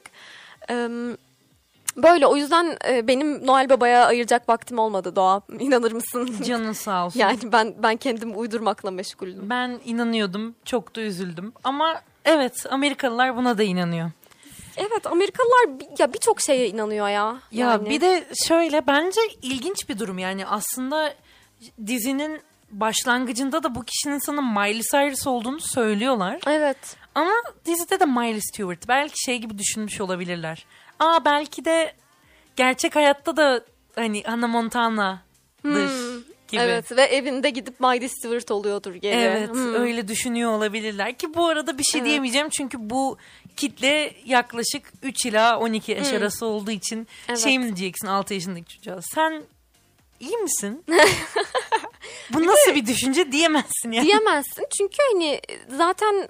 Böyle, o yüzden benim Noel Baba'ya ayıracak vaktim olmadı Doğa. İnanır mısın? Canın sağ olsun. Yani ben kendim uydurmakla meşguldüm. Ben inanıyordum. Çok da üzüldüm. Ama evet, Amerikalılar buna da inanıyor. Evet, Amerikalılar ya birçok şeye inanıyor ya. Ya bir de şöyle, bence ilginç bir durum. Yani aslında dizinin başlangıcında da bu kişinin sana Miley Cyrus olduğunu söylüyorlar. Evet. Ama dizide de Miley Stewart. Belki şey gibi düşünmüş olabilirler. Belki de gerçek hayatta da hani Hannah Montana'dır gibi. Evet, ve evinde gidip Miley Stewart oluyordur geri. Evet, öyle düşünüyor olabilirler ki bu arada bir şey diyemeyeceğim çünkü bu kitle yaklaşık 3 ila 12 yaş arası olduğu için şey mi diyeceksin 6 yaşındaki çocuğa? Sen iyi misin? Bu nasıl bir düşünce diyemezsin yani. Diyemezsin çünkü hani zaten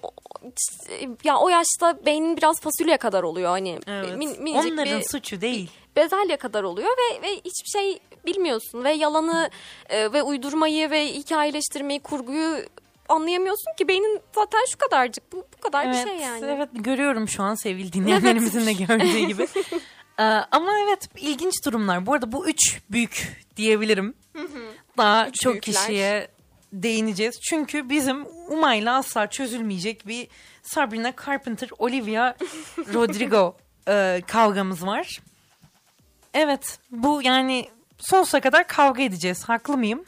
o yaşta beynin biraz fasulye kadar oluyor hani. Evet. Minicik onların suçu değil. Bezelye kadar oluyor ve hiçbir şey bilmiyorsun ve yalanı ve uydurmayı ve hikayeleştirmeyi, kurguyu anlayamıyorsun ki. Beynin zaten şu kadarcık, bu kadar bir şey yani. Evet, görüyorum şu an sevgili dinleyenlerimizin de gördüğü gibi. Ama evet, ilginç durumlar. Bu arada bu 3 büyük diyebilirim. Daha üç çok büyükler. Kişiye değineceğiz. Çünkü bizim Umay'la asla çözülmeyecek bir Sabrina Carpenter, Olivia Rodrigo kavgamız var. Evet, bu yani sonsuza kadar kavga edeceğiz. Haklı mıyım?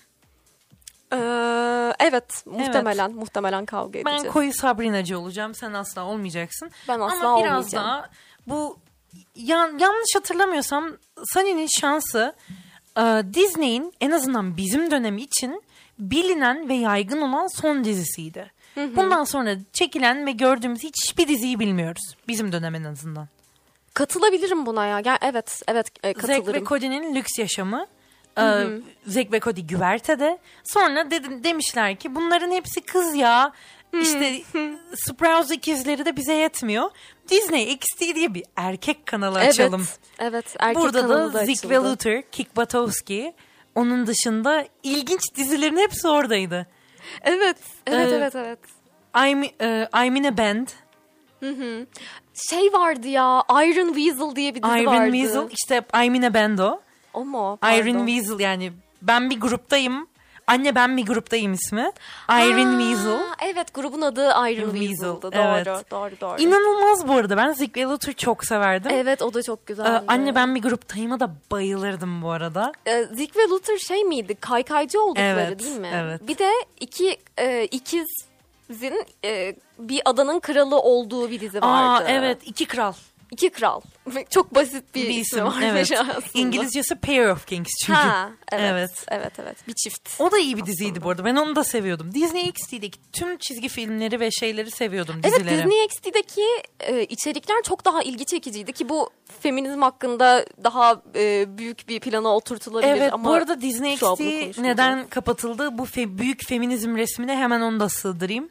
Evet, muhtemelen kavga edeceğiz. Ben koyu Sabrinacı olacağım. Sen asla olmayacaksın. Ben asla Ama olmayacağım. biraz daha bu yanlış hatırlamıyorsam Sunny'nin şansı Disney'in en azından bizim dönemi için bilinen ve yaygın olan son dizisiydi. Bundan sonra çekilen ve gördüğümüz hiçbir diziyi bilmiyoruz. Bizim dönem en azından. Katılabilirim buna ya. Evet katılırım. Zack ve Cody'nin lüks yaşamı. Zack ve Cody güvertede. Sonra demişler ki bunların hepsi kız ya. İşte Sprouse ikizleri de bize yetmiyor. Disney XD diye bir erkek kanalı açalım. Evet, erkek burada kanalı da Zeke ve Luther, Kick Buttowski. Onun dışında ilginç dizilerin hepsi oradaydı. Evet. I'm in a Band. Şey vardı ya, Iron Weasel diye bir dizi vardı. Iron Weasel, işte I'm in a Band o. O mu? Pardon. Iron Weasel, yani ben bir gruptayım. Anne ben bir gruptayım ismi. Iron Weasel. Evet, grubun adı Iron Weasel'dı. Evet. Doğru. İnanılmaz bu arada. Ben Zeke ve Luther çok severdim. Evet, o da çok güzeldi. Anne ben bir gruptayım'a da bayılırdım bu arada. Zeke ve Luther şey miydi? Kaykaycı oldukları değil mi? Evet. Bir de iki ikizin bir adanın kralı olduğu bir dizi vardı. Evet, iki kral. İki kral. Çok basit bir isim var. Evet. İngilizcesi Pair of Kings çünkü. Evet. Bir çift. O da iyi bir diziydi bu arada. Ben onu da seviyordum. Disney XD'deki tüm çizgi filmleri ve şeyleri seviyordum, dizileri. Evet, Disney XD'deki içerikler çok daha ilgi çekiciydi ki bu feminizm hakkında daha büyük bir plana oturtulabilir. Evet, ama bu arada Disney XD neden kapatıldı? Bu büyük feminizm resmine hemen onu da sığdırayım.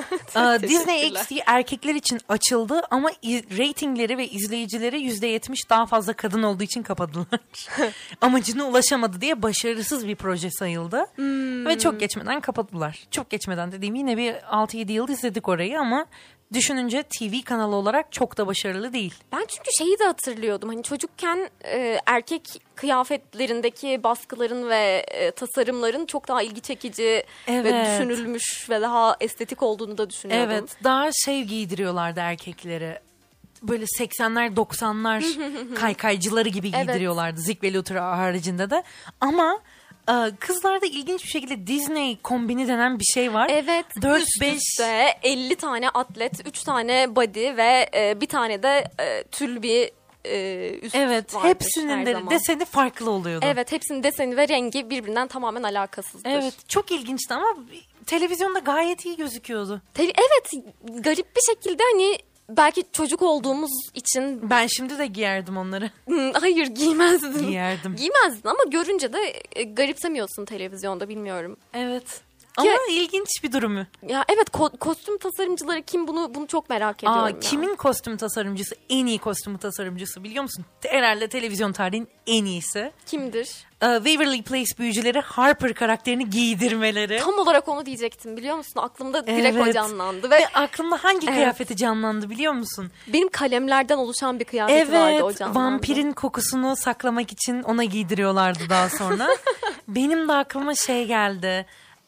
Disney XD erkekler için açıldı ama reytingleri ve izleyicileri %70 daha fazla kadın olduğu için kapadılar. Amacına ulaşamadı diye başarısız bir proje sayıldı. Ve çok geçmeden kapattılar. Çok geçmeden dediğim, yine bir 6-7 yıl izledik orayı ama düşününce TV kanalı olarak çok da başarılı değil. Ben çünkü şeyi de hatırlıyordum. Hani çocukken erkek kıyafetlerindeki baskıların ve tasarımların çok daha ilgi çekici ve düşünülmüş ve daha estetik olduğunu da düşünüyordum. Evet, daha giydiriyorlardı erkekleri. Böyle 80'ler 90'lar kaykaycıları gibi giydiriyorlardı. Zeke ve Luther haricinde de. Ama kızlarda ilginç bir şekilde Disney kombini denen bir şey var. Evet. 4-5 50 tane atlet, 3 tane body ve bir tane de tül bir üst Evet, hepsinin de deseni farklı oluyordu. Evet, hepsinin deseni ve rengi birbirinden tamamen alakasızdır. Evet, çok ilginçti ama televizyonda gayet iyi gözüküyordu. Evet, garip bir şekilde hani belki çocuk olduğumuz için... Ben şimdi de giyerdim onları. Hayır, giymezdin. Giyerdim. Giymezdin ama görünce de garipsemiyorsun televizyonda, bilmiyorum. Evet. Ama ilginç bir durumu. Ya evet, kostüm tasarımcıları kim, bunu çok merak ediyorum. Kimin kostüm tasarımcısı en iyi kostüm tasarımcısı biliyor musun? Herhalde televizyon tarihinin en iyisi. Kimdir? Waverly Place büyücüleri Harper karakterini giydirmeleri. Tam olarak onu diyecektim, biliyor musun? Aklımda direkt o canlandı. Ve aklımda hangi kıyafeti canlandı biliyor musun? Benim kalemlerden oluşan bir kıyafeti vardı, o canlandı. Vampirin kokusunu saklamak için ona giydiriyorlardı daha sonra. Benim de aklıma şey geldi.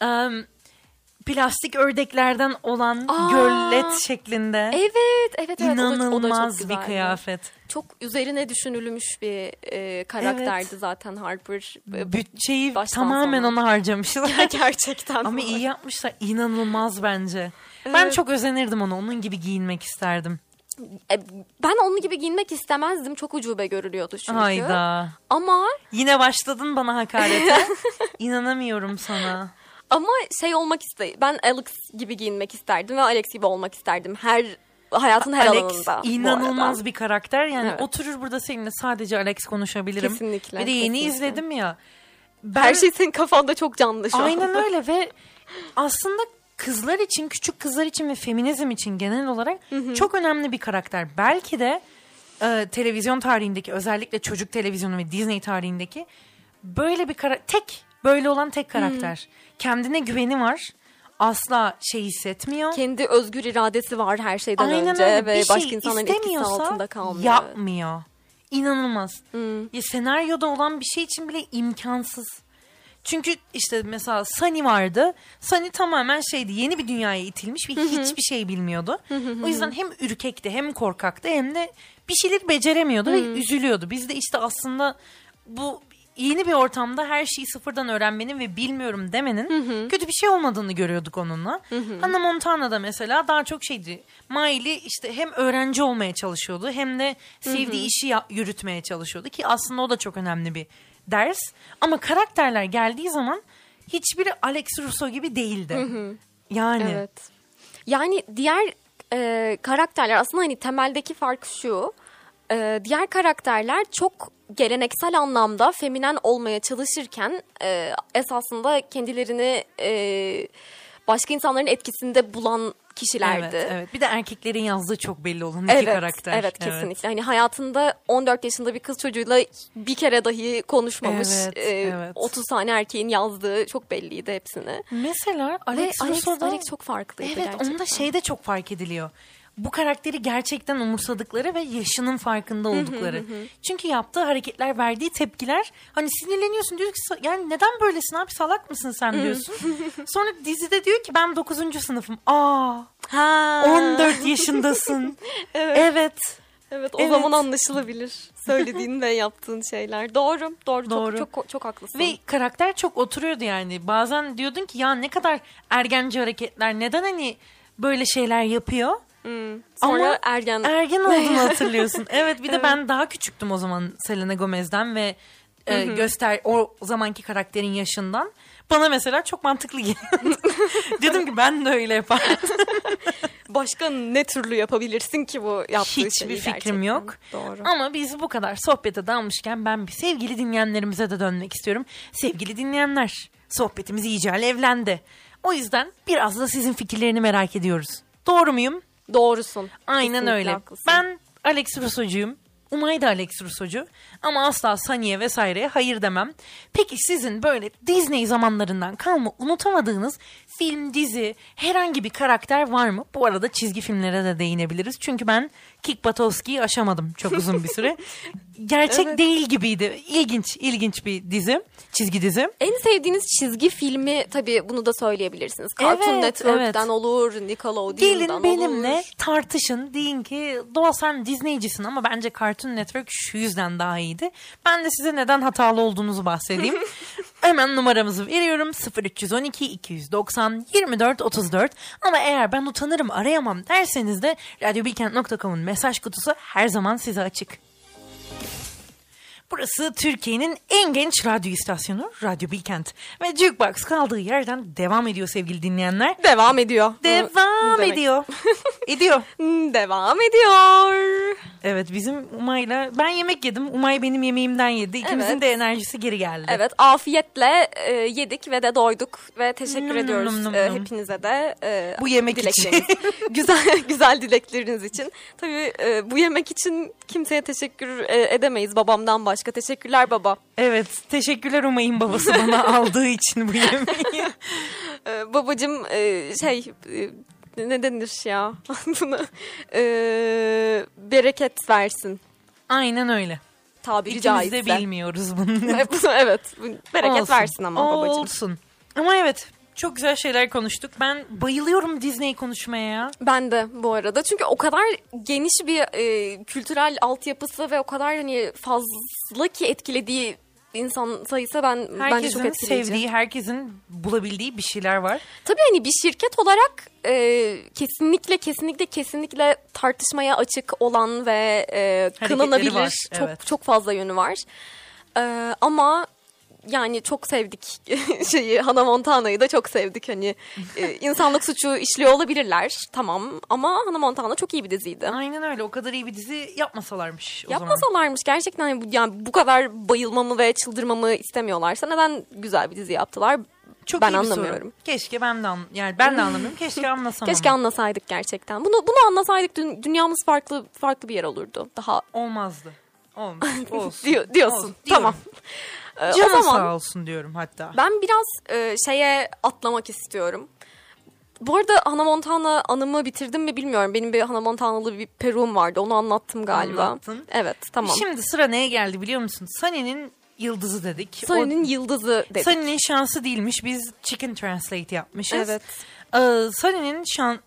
Plastik ördeklerden olan gölet şeklinde. Evet. İnanılmaz o da çok bir kıyafet. Çok üzerine düşünülmüş bir karakterdi zaten Harper. Bütçeyi tamamen ona harcamışlar. Gerçekten. Ama iyi yapmışlar. İnanılmaz bence. Evet. Ben çok özenirdim ona. Onun gibi giyinmek isterdim. Ben onun gibi giyinmek istemezdim. Çok ucube görülüyordu çünkü. Hayda. Ama... Yine başladın bana hakarete. İnanamıyorum sana. Ama olmak istedim. Ben Alex gibi giyinmek isterdim ve Alex gibi olmak isterdim. Hayatın her alanında. Alex inanılmaz bir karakter. Yani oturur burada seninle sadece Alex konuşabilirim. Kesinlikle. Bir de yeni izledim ya. Her şey senin kafanda çok canlı şu an. Aynen öyle ve aslında kızlar için, küçük kızlar için ve feminizm için genel olarak çok önemli bir karakter. Belki de televizyon tarihindeki, özellikle çocuk televizyonu ve Disney tarihindeki böyle bir böyle olan tek karakter. Kendine güveni var. Asla şey hissetmiyor. Kendi özgür iradesi var her şeyden önce ve başka insanların etkisi altında kalmıyor. Yapmıyor. İnanılmaz. Ya, senaryoda olan bir şey için bile imkansız. Çünkü işte mesela Sunny vardı. Sunny tamamen yeni bir dünyaya itilmiş ve hiçbir şey bilmiyordu. O yüzden hem ürkekti hem korkaktı hem de bir şeyler beceremiyordu ve üzülüyordu. Biz de işte aslında bu yeni bir ortamda her şeyi sıfırdan öğrenmenin ve bilmiyorum demenin kötü bir şey olmadığını görüyorduk onunla. Hannah Montana'da mesela daha çok Miley işte hem öğrenci olmaya çalışıyordu hem de sevdiği işi yürütmeye çalışıyordu ki aslında o da çok önemli bir ders. Ama karakterler geldiği zaman hiçbiri Alex Russo gibi değildi. Yani. Evet. Yani diğer karakterler aslında hani temeldeki fark şu. Diğer karakterler çok geleneksel anlamda feminen olmaya çalışırken esasında kendilerini başka insanların etkisinde bulan kişilerdi. Evet. Bir de erkeklerin yazdığı çok belli olan iki karakter. Evet, kesinlikle. Hani hayatında 14 yaşında bir kız çocuğuyla bir kere dahi konuşmamış. 30 tane erkeğin yazdığı çok belliydi hepsini. Mesela Alex çok farklıydı gerçekten. Evet, onda de çok fark ediliyor. Bu karakteri gerçekten umursadıkları ve yaşının farkında oldukları. Çünkü yaptığı hareketler, verdiği tepkiler, hani sinirleniyorsun, diyorsun ki yani neden böylesin abi, salak mısın sen diyorsun. Sonra dizide diyor ki ben 9. sınıfım. 14 yaşındasın. Evet. Evet, o zaman anlaşılabilir söylediğin ve yaptığın şeyler. Doğru. Çok haklısın. Ve karakter çok oturuyordu yani. Bazen diyordun ki ya ne kadar ergence hareketler, neden hani böyle şeyler yapıyor? Sonra ama ergen olduğunu hatırlıyorsun. Evet, bir de ben daha küçüktüm o zaman Selena Gomez'den ve o zamanki karakterin yaşından. Bana mesela çok mantıklı geliyordu. Dedim ki ben de öyle yapardım. Başka ne türlü yapabilirsin ki bu yaptığı şeyi? Hiçbir fikrim yok. Doğru. Ama biz bu kadar sohbete dalmışken ben bir sevgili dinleyenlerimize de dönmek istiyorum. Sevgili dinleyenler, sohbetimiz iyice alevlendi. O yüzden biraz da sizin fikirlerini merak ediyoruz. Doğru muyum? Doğrusun. Aynen kesinlikle öyle. Haklısın. Ben Alex Russo'cuyum. Umay da Alex Russo'cu. Ama asla Sunny'e vesaireye hayır demem. Peki sizin böyle Disney zamanlarından kalma unutamadığınız film, dizi, herhangi bir karakter var mı? Bu arada çizgi filmlere de değinebiliriz. Çünkü ben Kick Buttowski'yi aşamadım çok uzun bir süre. Gerçek değil gibiydi. İlginç bir dizi. Çizgi dizi. En sevdiğiniz çizgi filmi, tabii bunu da söyleyebilirsiniz. Cartoon Network'ten olur, Nickelodeon'dan olur. Gelin benimle tartışın. Deyin ki Doğa sen Disney'cisin ama bence Cartoon Network şu yüzden daha iyiydi. Ben de size neden hatalı olduğunuzu bahsedeyim. Hemen numaramızı veriyorum. 0312 290 24 34. Ama eğer ben utanırım arayamam derseniz de radyobilkent.com'un mesaj kutusu her zaman size açık. Burası Türkiye'nin en genç radyo istasyonu Radyo Bilkent. Ve Jukebox kaldığı yerden devam ediyor sevgili dinleyenler. Devam ediyor. Devam ediyor. Devam ediyor. Evet, bizim Umay'la ben yemek yedim. Umay benim yemeğimden yedi. İkimizin de enerjisi geri geldi. Evet, afiyetle yedik ve de doyduk ve teşekkür ediyoruz hepinize de. Bu yemek için. güzel dilekleriniz için. Tabii bu yemek için kimseye teşekkür edemeyiz babamdan başka. Teşekkürler baba. Evet, teşekkürler Umay'ın babası bana aldığı için bu yemeği. Babacığım ne denir ya buna, bereket versin. Aynen öyle. Tabiri caizse. İkimiz de bilmiyoruz bunu. Evet, bereket versin ama babacığım. Olsun. Ama evet, çok güzel şeyler konuştuk. Ben bayılıyorum Disney konuşmaya ya. Ben de bu arada. Çünkü o kadar geniş bir kültürel altyapısı ve o kadar hani fazla ki etkilediği insan sayısı bence çok etkileyici. Herkesin sevdiği, herkesin bulabildiği bir şeyler var. Tabii hani bir şirket olarak kesinlikle tartışmaya açık olan ve kınanabilir var. Çok fazla yönü var. Ama yani çok sevdik Hannah Montana'yı da çok sevdik. Hani insanlık suçu işliyor olabilirler, tamam, ama Hannah Montana çok iyi bir diziydi. Aynen öyle. O kadar iyi bir dizi yapmasalarmış o zaman. Yapmasalarmış gerçekten, yani bu kadar bayılmamı ve çıldırmamı istemiyorlarsa neden güzel bir dizi yaptılar? Çok ben iyi anlamıyorum. Soru. Keşke ben de anlamıyorum. Keşke anlasam. Keşke anlasaydık gerçekten. Bunu anlasaydık dünyamız farklı bir yer olurdu. Daha olmazdı. Olsun. Diyorsun. Olsun. Tamam. Canı sağ olsun diyorum hatta. Ben biraz şeye atlamak istiyorum. Bu arada Hannah Montana anımı bitirdim mi bilmiyorum. Benim bir Hannah Montana'lı bir peruğum vardı. Onu anlattım galiba. Anlattın. Evet, tamam. Şimdi sıra neye geldi biliyor musun? Sunny'nin yıldızı dedik. Sunny'nin yıldızı dedik. Sunny'nin şansı değilmiş. Biz Chicken Translate yapmışız. Evet. Sunny'nin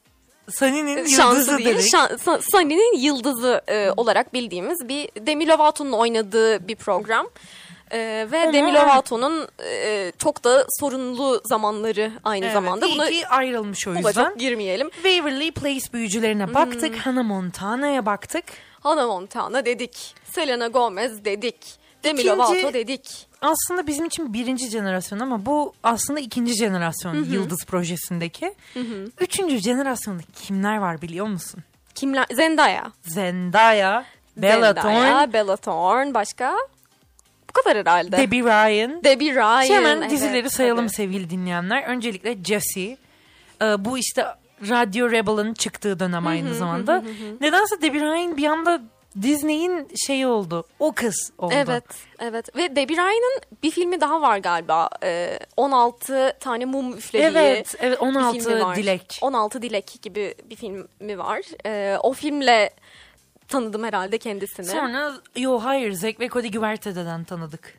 yıldızı dedik. Sunny'nin yıldızı olarak bildiğimiz bir Demi Lovato'nun oynadığı bir program. Ve Demi Lovato'nun çok da sorunlu zamanları aynı zamanda. İyi ki ayrılmış o yüzden. Çok girmeyelim. Waverly Place büyücülerine baktık. Hannah Montana'ya baktık. Hannah Montana dedik. Selena Gomez dedik. Demi Lovato dedik. Aslında bizim için 1. jenerasyon ama bu aslında 2. jenerasyon Yıldız projesindeki. 3. jenerasyonda kimler var biliyor musun? Kimler? Zendaya, Bella Thorne, başka? Bu kadar herhalde. Debbie Ryan. Hemen dizileri sayalım tabii. sevgili dinleyenler. Öncelikle Jessie. Bu işte Radio Rebel'ın çıktığı dönem aynı zamanda. Nedense Debbie Ryan bir anda Disney'in şeyi oldu. O kız oldu. Evet. Ve Debbie Ryan'ın bir filmi daha var galiba. 16 tane mum üflediği. Evet 16 Dilek. 16 Dilek gibi bir filmi var. O filmle tanıdım herhalde kendisini. Sonra hayır Zack ve Cody Güverte'den tanıdık.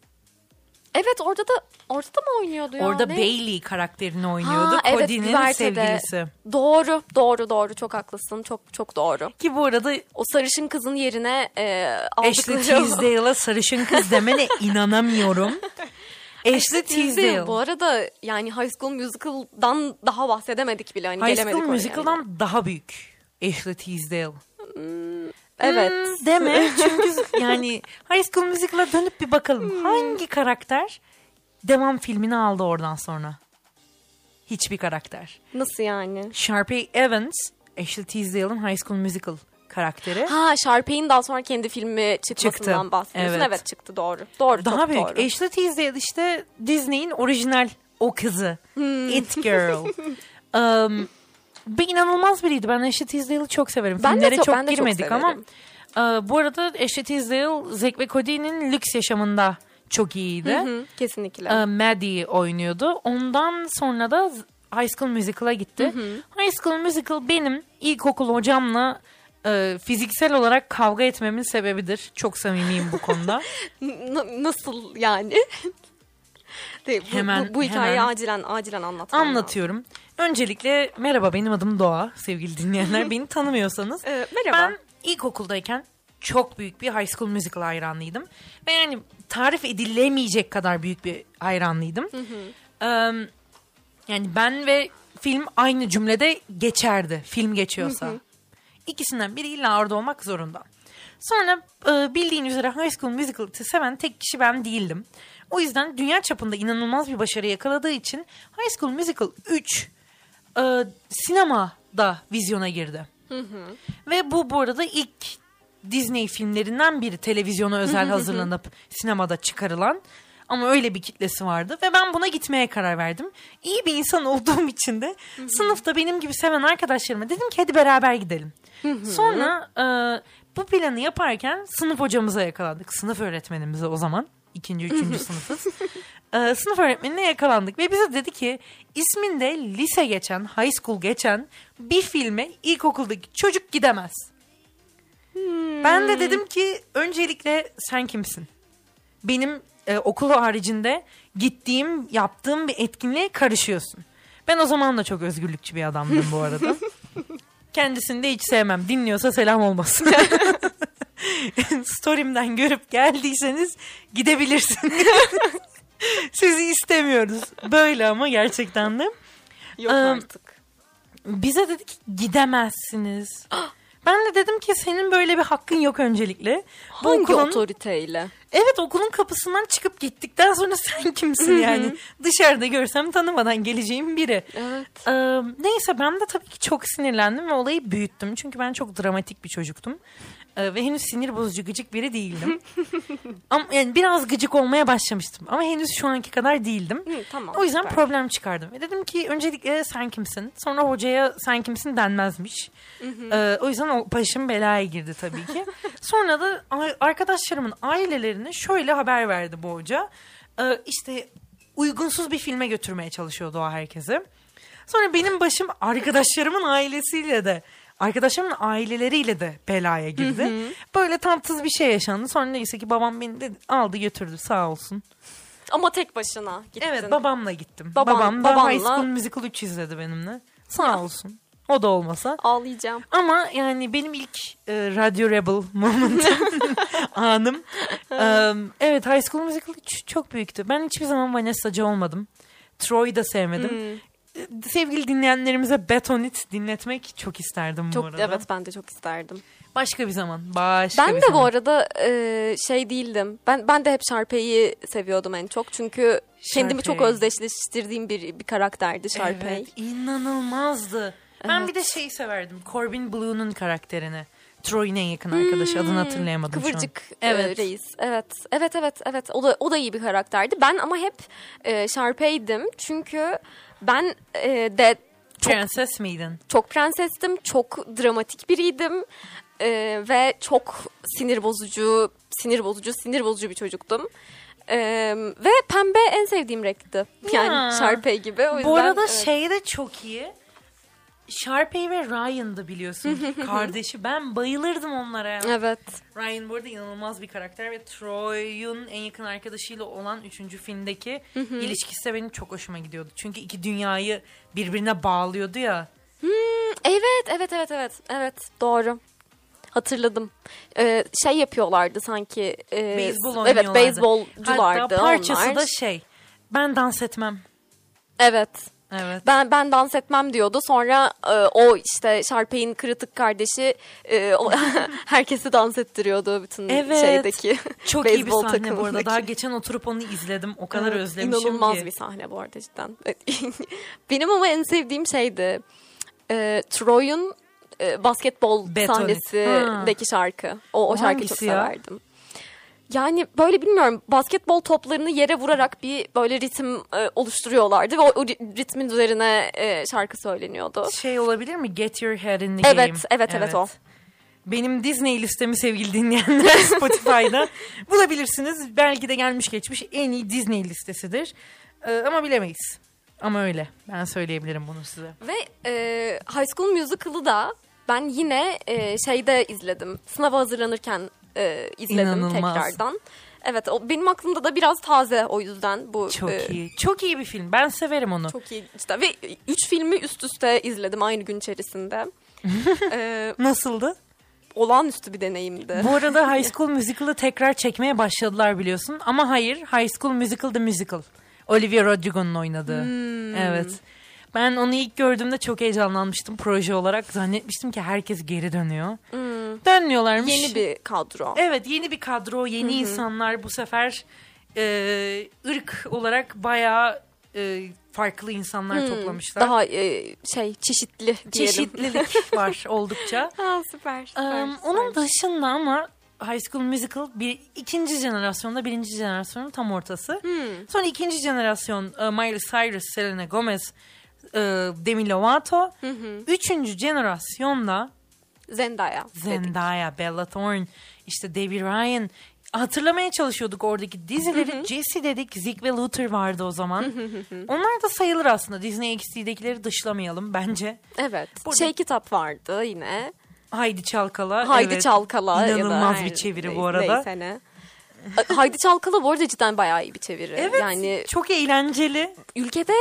Evet orada da mı oynuyordu ya? Orada Bailey karakterini oynuyordu. Cody'nin sevgilisi. Doğru çok haklısın. Çok doğru. Ki bu arada o sarışın kızın yerine aldıkları... Ashley Tisdale'a sarışın kız demene inanamıyorum. Ashley Tisdale. Bu arada yani High School Musical'dan daha bahsedemedik bile. Hani High School Musical'dan yani. Daha büyük Ashley Tisdale. Evet. Deme çünkü yani High School Musical'a dönüp bir bakalım. Hangi karakter devam filmini aldı oradan sonra? Hiçbir karakter. Nasıl yani? Sharpay Evans, Ashley Tisdale'ın High School Musical karakteri. Sharpay'in daha sonra kendi filmi çıkmasından bahsediyorsun. Evet çıktı doğru. Daha büyük. Doğru. Ashley Tisdale işte Disney'in orijinal o kızı. It Girl. Bir inanılmaz biriydi. Ben Ashley Tisdale'ı çok severim. Filmlere çok girmedik ama bu arada Ashley Tisdale, Zack ve Cody'nin lüks yaşamında çok iyiydi. Kesinlikle. Maddie oynuyordu. Ondan sonra da High School Musical'a gitti. High School Musical benim ilkokul hocamla fiziksel olarak kavga etmemin sebebidir. Çok samimiyim bu konuda. Nasıl yani? Bu hikayeyi acilen anlatmam. Anlatıyorum. Öncelikle merhaba, benim adım Doğa sevgili dinleyenler. Beni tanımıyorsanız. Merhaba. Ben ilkokuldayken çok büyük bir High School Musical hayranlıydım. Ve yani tarif edilemeyecek kadar büyük bir hayranlıydım. Yani ben ve film aynı cümlede geçerdi. Film geçiyorsa. İkisinden biri illa orada olmak zorunda. Sonra bildiğin üzere High School Musical'ı seven tek kişi ben değildim. O yüzden dünya çapında inanılmaz bir başarı yakaladığı için High School Musical 3 sinemada vizyona girdi. Ve bu arada ilk Disney filmlerinden biri, televizyona özel hazırlanıp sinemada çıkarılan. Ama öyle bir kitlesi vardı ve ben buna gitmeye karar verdim. İyi bir insan olduğum için de sınıfta benim gibi seven arkadaşlarıma dedim ki hadi beraber gidelim. Sonra bu planı yaparken sınıf hocamıza yakalandık. Sınıf öğretmenimize o zaman. 2. 3. sınıfız. Sınıf öğretmenine yakalandık ve bize dedi ki isminde lise geçen, high school geçen bir filme ilkokuldaki çocuk gidemez. Ben de dedim ki öncelikle sen kimsin? Benim okul haricinde gittiğim, yaptığım bir etkinliğe karışıyorsun. Ben o zaman da çok özgürlükçü bir adamdım bu arada. Kendisini de hiç sevmem. Dinliyorsa selam olmasın. Story'imden görüp geldiyseniz gidebilirsiniz. Sizi istemiyoruz. Böyle ama gerçekten de. Yok artık. Bize dedi ki gidemezsiniz. Ben de dedim ki senin böyle bir hakkın yok öncelikle. Hangi otoriteyle? Evet, okulun kapısından çıkıp gittikten sonra sen kimsin yani? Dışarıda görsem tanımadan geleceğim biri. Evet. Neyse ben de tabii ki çok sinirlendim ve olayı büyüttüm. Çünkü ben çok dramatik bir çocuktum. Ve henüz sinir bozucu gıcık biri değildim. Ama yani biraz gıcık olmaya başlamıştım. Ama henüz şu anki kadar değildim. Tamam, o yüzden problem çıkardım. Ve dedim ki öncelikle sen kimsin? Sonra hocaya sen kimsin denmezmiş. O yüzden o başım belaya girdi tabii ki. Sonra da arkadaşlarımın ailelerine dinleyenlerine şöyle haber verdi bu hoca. İşte uygunsuz bir filme götürmeye çalışıyordu o herkese. Sonra benim başım arkadaşlarımın aileleriyle de belaya girdi. Böyle tatsız bir şey yaşandı. Sonra neyse ki babam beni de aldı götürdü sağ olsun. Ama tek başına gittin. Evet, babamla gittim. Babam da High School Musical 3 izledi benimle. Sağ olsun. O da olmasa. Ağlayacağım. Ama yani benim ilk Radio Rebel momentum anım. Evet, High School Musical 3 çok büyüktü. Ben hiçbir zaman Vanessa'cı olmadım. Troy'u da sevmedim. Sevgili dinleyenlerimize Betonit dinletmek çok isterdim bu arada. Evet, ben de çok isterdim. Başka bir zaman. Ben de bu arada şey değildim. Ben de hep Sharpay'i seviyordum en çok. Çünkü kendimi çok özdeşleştirdiğim bir karakterdi Sharpay. Evet, inanılmazdı. Ben bir de şeyi severdim. Corbin Blue'nun karakterini. Troy'un en yakın arkadaşı. Adını hatırlayamadım Kıvırcık şu an. Evet. reis. Evet. O da iyi bir karakterdi. Ben ama hep Sharpay'dim. Çünkü ben de Prenses miydin? Çok prensestim. Çok dramatik biriydim. Ve çok sinir bozucu bir çocuktum. Ve pembe en sevdiğim renkti. Yani Sharpay gibi. O yüzden, bu arada şey de çok iyi. Sharpay ve Ryan'dı biliyorsun. Kardeşi. Ben bayılırdım onlara. Evet. Ryan bu arada inanılmaz bir karakter ve Troy'un en yakın arkadaşıyla olan 3. filmdeki ilişkisi de benim çok hoşuma gidiyordu. Çünkü iki dünyayı birbirine bağlıyordu ya. Evet. Doğru. Hatırladım. Şey yapıyorlardı sanki. Beyzbol oynuyorlardı. Evet, beyzbolculardı. Hatta parçası onlar. da ben dans etmem. Evet. Ben dans etmem diyordu. Sonra o işte Sharpay'in kırıtık kardeşi herkesi dans ettiriyordu bütün şeydeki. Çok iyi bir sahne bu arada. Daha geçen oturup onu izledim. O kadar özlemişim İnanılmaz ki. bir sahne bu arada cidden. Benim ama en sevdiğim şeydi. Troy'un basketbol sahnesindeki şarkı. O şarkıyı çok severdim. Yani böyle bilmiyorum, basketbol toplarını yere vurarak bir böyle ritim oluşturuyorlardı ve o ritmin üzerine şarkı söyleniyordu. Olabilir mi? Get Your Head in the Game. Evet o. Benim Disney listemi sevgili dinleyenler Spotify'da bulabilirsiniz. Belki de gelmiş geçmiş en iyi Disney listesidir. Ama bilemeyiz. Ama öyle. Ben söyleyebilirim bunu size. Ve High School Musical'ı da ben yine şeyde izledim. Sınava hazırlanırken izledim tekrardan. Evet, o benim aklımda da biraz taze, o yüzden bu. Çok iyi. Çok iyi bir film. Ben severim onu. Çok iyi işte. Ve 3 filmi üst üste izledim aynı gün içerisinde. Nasıldı? Olağanüstü bir deneyimdi. Bu arada High School Musical'ı tekrar çekmeye başladılar biliyorsun. Ama hayır, High School Musical The Musical. Olivia Rodrigo'nun oynadığı. Evet. Ben onu ilk gördüğümde çok heyecanlanmıştım proje olarak. Zannetmiştim ki herkes geri dönüyor. Dönmüyorlarmış. Yeni bir kadro. Evet, yeni bir kadro, yeni insanlar. Bu sefer ırk olarak bayağı farklı insanlar toplamışlar. Daha çeşitli diyelim. Çeşitlilik var oldukça. Süper. Onun dışında ama High School Musical ikinci jenerasyonda, birinci jenerasyonun tam ortası. Sonra ikinci jenerasyon Miley Cyrus, Selena Gomez, Demi Lovato. Üçüncü jenerasyonda Zendaya, Bella Thorne, işte Debbie Ryan. Hatırlamaya çalışıyorduk oradaki dizileri. Jesse dedik, Zeke ve Luther vardı o zaman. Onlar da sayılır aslında. Disney XD'dekileri dışlamayalım bence. Evet. Burada kitap vardı yine. Haydi Çalkala. Haydi Çalkala. İnanılmaz bir çeviri bu arada. Neyse ne. Haydi Çalkala bu arada cidden bayağı iyi bir çeviri. Evet, yani çok eğlenceli. Ülkede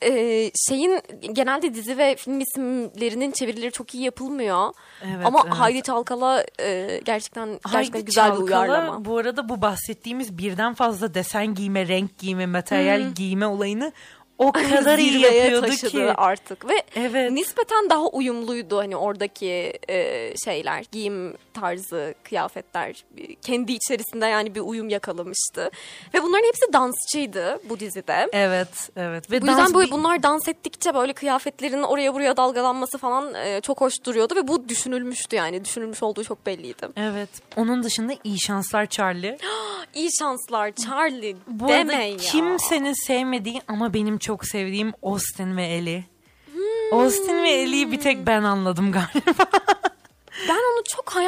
genelde dizi ve film isimlerinin çevirileri çok iyi yapılmıyor. Ama Haydi Çalkala gerçekten güzel bir uyarlama. Bu arada bu bahsettiğimiz birden fazla desen giyme, renk giyme, materyal giyme olayını o kadar iyi yapıyordu ki artık ve nispeten daha uyumluydu hani oradaki şeyler, giyim tarzı, kıyafetler kendi içerisinde yani bir uyum yakalamıştı ve bunların hepsi dansçıydı bu dizide. Evet. Ve bu yüzden bunlar dans ettikçe böyle kıyafetlerin oraya buraya dalgalanması falan çok hoş duruyordu ve bu düşünülmüştü, yani düşünülmüş olduğu çok belliydi. Evet. Onun dışında iyi şanslar Charlie. İyi şanslar Charlie. Bu arada kimsenin sevmediği ama benim çok sevdiğim Austin ve Ellie. Austin ve Ellie'yi bir tek ben anladım galiba. Ben onu çok hayal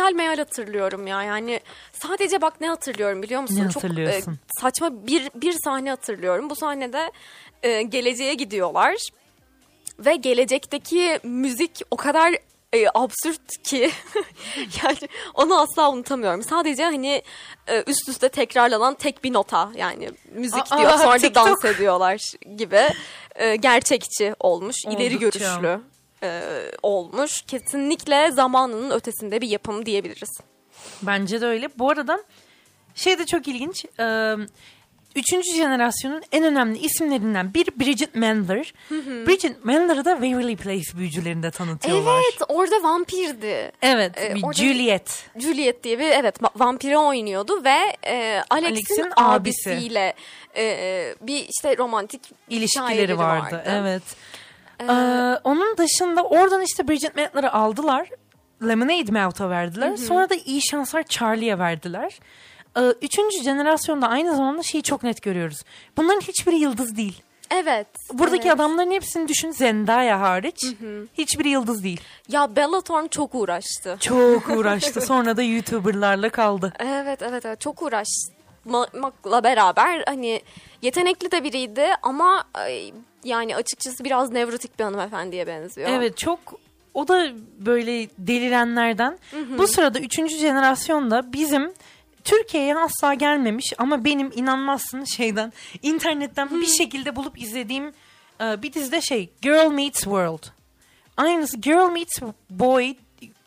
meyal hatırlıyorum ya. Yani sadece bak ne hatırlıyorum biliyor musun? Ne hatırlıyorsun? Çok saçma bir sahne hatırlıyorum. Bu sahnede geleceğe gidiyorlar. Ve gelecekteki müzik o kadar absürt ki yani onu asla unutamıyorum. Sadece hani üst üste tekrarlanan tek bir nota, yani müzik diyor sonra da dans ediyorlar gibi gerçekçi olmuş, oldukça ileri görüşlü olmuş. Kesinlikle zamanının ötesinde bir yapım diyebiliriz. Bence de öyle. Bu arada şey de çok ilginç. Üçüncü jenerasyonun en önemli isimlerinden biri Bridget Mendler. Bridget Mendler'ı da Waverly Place büyücülerinde tanıtıyorlar. Evet, orada vampirdi. Evet, Juliet. Juliet diye bir vampiri oynuyordu ve Alex'in abisiyle bir işte romantik ilişkileri vardı. Evet. Onun dışında oradan işte Bridget Mendler'ı aldılar. Lemonade Mouth'a verdiler. Sonra da iyi şanslar Charlie'ye verdiler. Üçüncü jenerasyonda aynı zamanda şeyi çok net görüyoruz. Bunların hiçbiri yıldız değil. Evet. Buradaki adamların hepsini düşün, Zendaya hariç. Hiçbiri yıldız değil. Ya Bella Thorne çok uğraştı. Çok uğraştı. Sonra da YouTuber'larla kaldı. Evet. Çok uğraşmakla beraber hani yetenekli de biriydi ama yani açıkçası biraz nevrotik bir hanımefendiye benziyor. Evet, çok. O da böyle delirenlerden. Bu sırada 3. jenerasyonda bizim Türkiye'ye asla gelmemiş ama benim inanmazsın internetten bir şekilde bulup izlediğim bir dizide Girl Meets World. Aynısı Girl Meets Boy,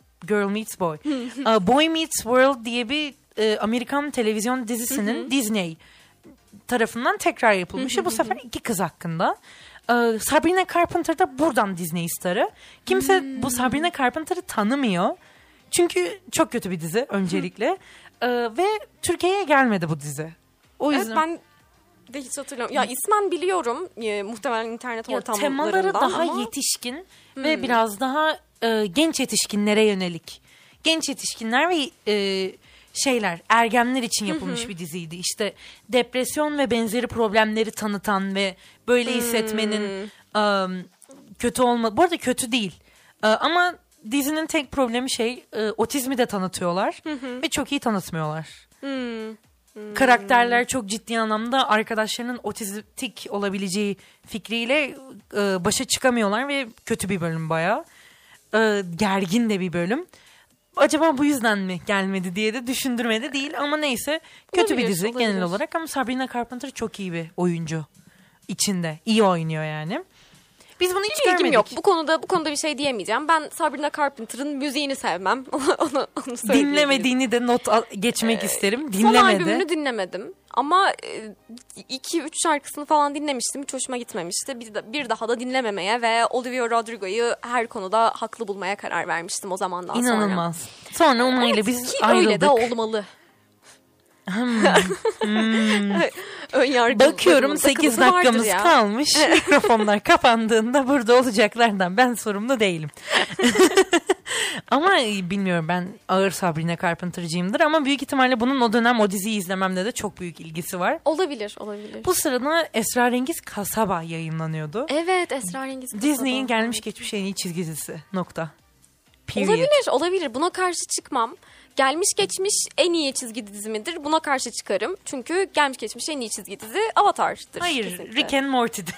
Boy Meets World diye bir Amerikan televizyon dizisinin Disney tarafından tekrar yapılmışı. Bu sefer 2 kız hakkında. Sabrina Carpenter da buradan Disney starı. Kimse bu Sabrina Carpenter'ı tanımıyor. Çünkü çok kötü bir dizi öncelikle. Ve Türkiye'ye gelmedi bu dizi. O yüzden... Evet, ben de hiç hatırlamıyorum. Ya ismen biliyorum muhtemelen internet ortamlarında. Temaları daha yetişkin ve biraz daha genç yetişkinlere yönelik. Genç yetişkinler ve ergenler için yapılmış bir diziydi. İşte depresyon ve benzeri problemleri tanıtan ve böyle hissetmenin kötü olma. Bu arada kötü değil. Ama dizinin tek problemi otizmi de tanıtıyorlar ve çok iyi tanıtmıyorlar. Karakterler çok ciddi anlamda arkadaşlarının otistik olabileceği fikriyle başa çıkamıyorlar ve kötü bir bölüm bayağı. Gergin de bir bölüm. Acaba bu yüzden mi gelmedi diye de düşündürmedi değil ama neyse kötü bir dizi genel olarak ama Sabrina Carpenter çok iyi bir oyuncu içinde. İyi oynuyor yani. Biz bunu hiç görmedik. Yok. Bu konuda bir şey diyemeyeceğim. Ben Sabrina Carpenter'ın müziğini sevmem. onu Dinlemediğini de not geçmek isterim. Dinlemedi. Son albümünü dinlemedim. Ama 2-3 şarkısını falan dinlemiştim. Hiç hoşuma gitmemişti. Bir daha da dinlememeye ve Olivia Rodrigo'yu her konuda haklı bulmaya karar vermiştim o zamandan sonra. İnanılmaz. Sonra onunla biz ayrıldık. Öyle de olmalı. Bakıyorum 8 dakikamız kalmış. Mikrofonlar kapandığında burada olacaklardan ben sorumlu değilim. Ama bilmiyorum, ben ağır Sabrina Carpenter'cıyımdır ama büyük ihtimalle bunun o dönem o diziyi izlememde de çok büyük ilgisi var. Olabilir. Bu sırada Esrarengiz Kasaba yayınlanıyordu. Evet, Esrarengiz Kasaba. Disney'in gelmiş geçmiş en iyi çizgi dizisi. Period. Olabilir. Buna karşı çıkmam. Gelmiş geçmiş en iyi çizgi dizi midir? Buna karşı çıkarım. Çünkü gelmiş geçmiş en iyi çizgi dizi Avatar'dır. Hayır, kesinlikle. Rick and Morty'di.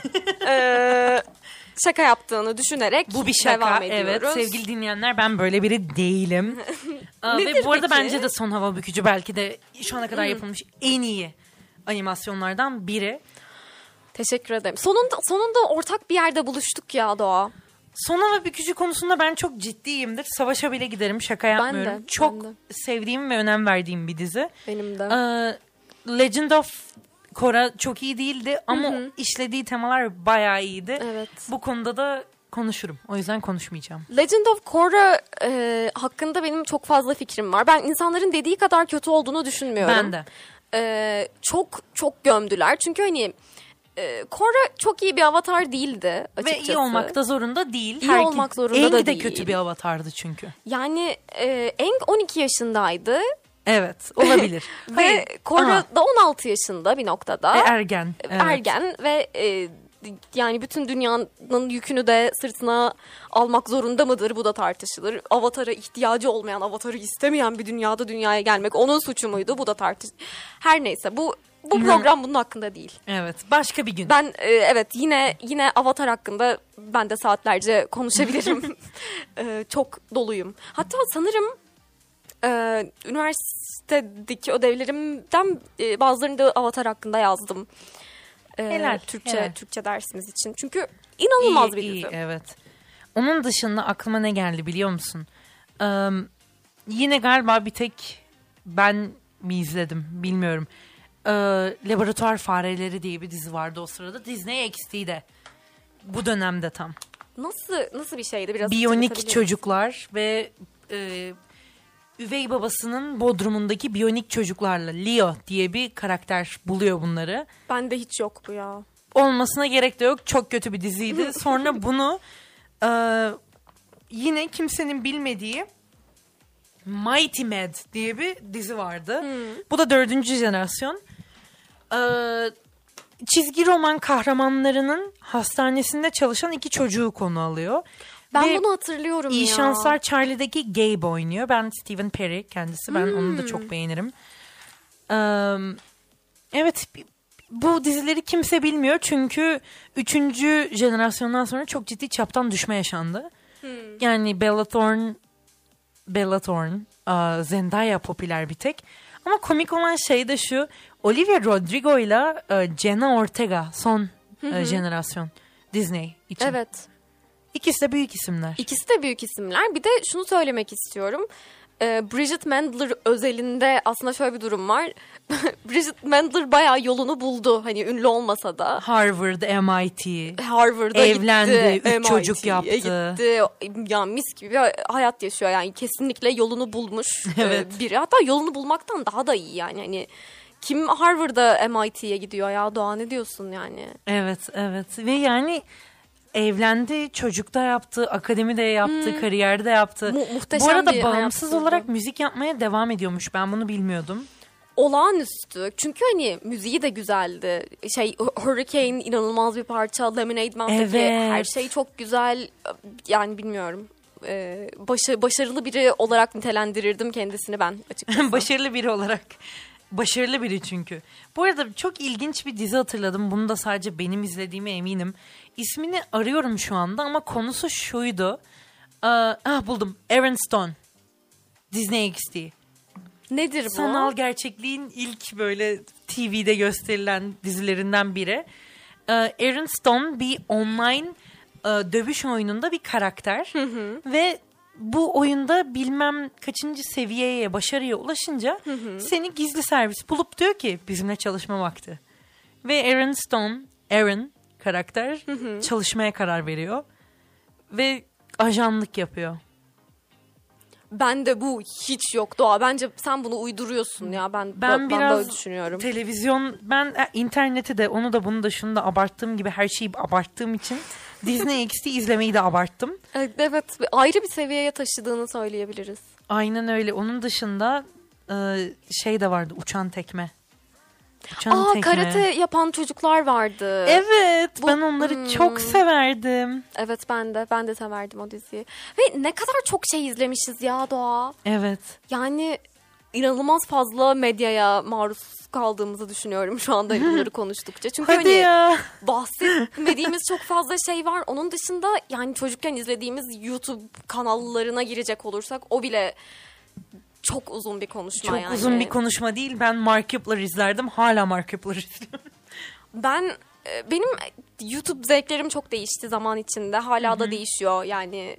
Şaka yaptığını düşünerek bu bir şaka, devam ediyoruz. Evet sevgili dinleyenler, ben böyle biri değilim. Ve bu arada bence de Son Hava Bükücü belki de şu ana kadar yapılmış en iyi animasyonlardan biri. Teşekkür ederim. Sonunda ortak bir yerde buluştuk ya Doğa. Son Hava Bükücü konusunda ben çok ciddiyimdir. Savaşa bile giderim, şaka yapmıyorum. Ben de. Çok sevdiğim ve önem verdiğim bir dizi. Benim de. Legend of Korra çok iyi değildi ama işlediği temalar bayağı iyiydi. Evet. Bu konuda da konuşurum. O yüzden konuşmayacağım. Legend of Korra hakkında benim çok fazla fikrim var. Ben insanların dediği kadar kötü olduğunu düşünmüyorum. Ben de. Çok gömdüler. Çünkü hani Korra çok iyi bir avatar değildi açıkçası. Ve iyi olmak da zorunda değil. İyi olmak zorunda da değil. Aang de kötü bir avatardı çünkü. Yani Aang 12 yaşındaydı. Evet, olabilir. Ve Korra da 16 yaşında bir noktada. Ve ergen. Evet. Ergen ve Yani bütün dünyanın yükünü de sırtına almak zorunda mıdır? Bu da tartışılır. Avatar'a ihtiyacı olmayan, Avatar'ı istemeyen bir dünyada dünyaya gelmek onun suçu muydu? Bu da tartışılır. Her neyse bu program bunun hakkında değil. Evet, başka bir gün. Ben evet yine Avatar hakkında ben de saatlerce konuşabilirim. Çok doluyum. Hatta sanırım üniversitedeki ödevlerimden bazılarını da Avatar hakkında yazdım. Helal. Türkçe dersimiz için. Çünkü inanılmaz bir dizi. Evet. Onun dışında aklıma ne geldi biliyor musun? Yine galiba bir tek ben mi izledim bilmiyorum. Laboratuvar Fareleri diye bir dizi vardı o sırada. Disney XD'de. Bu dönemde tam. Nasıl bir şeydi? Biraz biyonik çocuklar ve üvey babasının bodrumundaki biyonik çocuklarla Leo diye bir karakter buluyor bunları. Bende hiç yok bu ya. Olmasına gerek de yok. Çok kötü bir diziydi. Sonra bunu yine kimsenin bilmediği Mighty Med diye bir dizi vardı. Bu da 4. jenerasyon. Çizgi roman kahramanlarının hastanesinde çalışan 2 çocuğu konu alıyor. Ben bunu hatırlıyorum İyi Şanslar Charlie'deki Gabe oynuyor. Ben Stephen Perry kendisi. Ben onu da çok beğenirim. Evet, bu dizileri kimse bilmiyor. Çünkü 3. jenerasyondan sonra çok ciddi çaptan düşme yaşandı. Yani Bella Thorne, Zendaya popüler bir tek. Ama komik olan şey de şu. Olivia Rodrigo ile Jenna Ortega son jenerasyon Disney için. Evet. İkisi de büyük isimler. İkisi de büyük isimler. Bir de şunu söylemek istiyorum. Bridget Mendler özelinde aslında şöyle bir durum var. Bridget Mendler bayağı yolunu buldu. Hani ünlü olmasa da. Harvard, MIT. Harvard'a evlendi, gitti. 3 çocuk yaptı. Gitti. Ya mis gibi bir hayat yaşıyor. Yani kesinlikle yolunu bulmuş biri. Hatta yolunu bulmaktan daha da iyi yani. Hani kim Harvard'a MIT'ye gidiyor ya Doğa, ne diyorsun yani? Evet. Ve yani evlendi, çocuk da yaptı, akademide yaptı, kariyerde yaptı. Muhteşem. Bu arada bağımsız olarak müzik yapmaya devam ediyormuş. Ben bunu bilmiyordum. Olağanüstü. Çünkü hani müziği de güzeldi. Hurricane inanılmaz bir parça. Lemonade Mouth'taki her şey çok güzel. Yani bilmiyorum. Başarılı biri olarak nitelendirirdim kendisini ben açıkçası. Başarılı biri olarak. Başarılı biri çünkü. Bu arada çok ilginç bir dizi hatırladım. Bunu da sadece benim izlediğime eminim. İsmini arıyorum şu anda ama konusu şuydu. Buldum. Aaron Stone. Disney XD. Nedir bu? Sanal gerçekliğin ilk böyle TV'de gösterilen dizilerinden biri. Aaron Stone bir online dövüş oyununda bir karakter. Ve bu oyunda bilmem kaçıncı seviyeye, başarıya ulaşınca seni gizli servis bulup diyor ki bizimle çalışma vakti. Ve Aaron karakter çalışmaya karar veriyor. Ve ajanlık yapıyor. Ben de bu hiç yok Doğa. Bence sen bunu uyduruyorsun ya. Ben biraz böyle düşünüyorum. Televizyon, ben interneti de onu da bunu da şunu da abarttığım gibi her şeyi abarttığım için Disney XD izlemeyi de abarttım. Evet, ayrı bir seviyeye taşıdığını söyleyebiliriz. Aynen öyle. Onun dışında şey de vardı, uçan tekme. Karate yapan çocuklar vardı. Evet, ben onları çok severdim. Evet, ben de severdim o diziyi. Ve ne kadar çok şey izlemişiz ya Doğa. Evet. Yani inanılmaz fazla medyaya maruz kaldığımızı düşünüyorum şu anda bunları konuştukça. Çünkü hadi ya. bahsetmediğimiz çok fazla şey var. Onun dışında yani çocukken izlediğimiz YouTube kanallarına girecek olursak o bile çok uzun bir konuşma çok yani. Çok uzun bir konuşma değil. Ben Markiplier izlerdim. Hala Markiplier izliyorum. Benim YouTube zevklerim çok değişti zaman içinde. Hala da değişiyor. Yani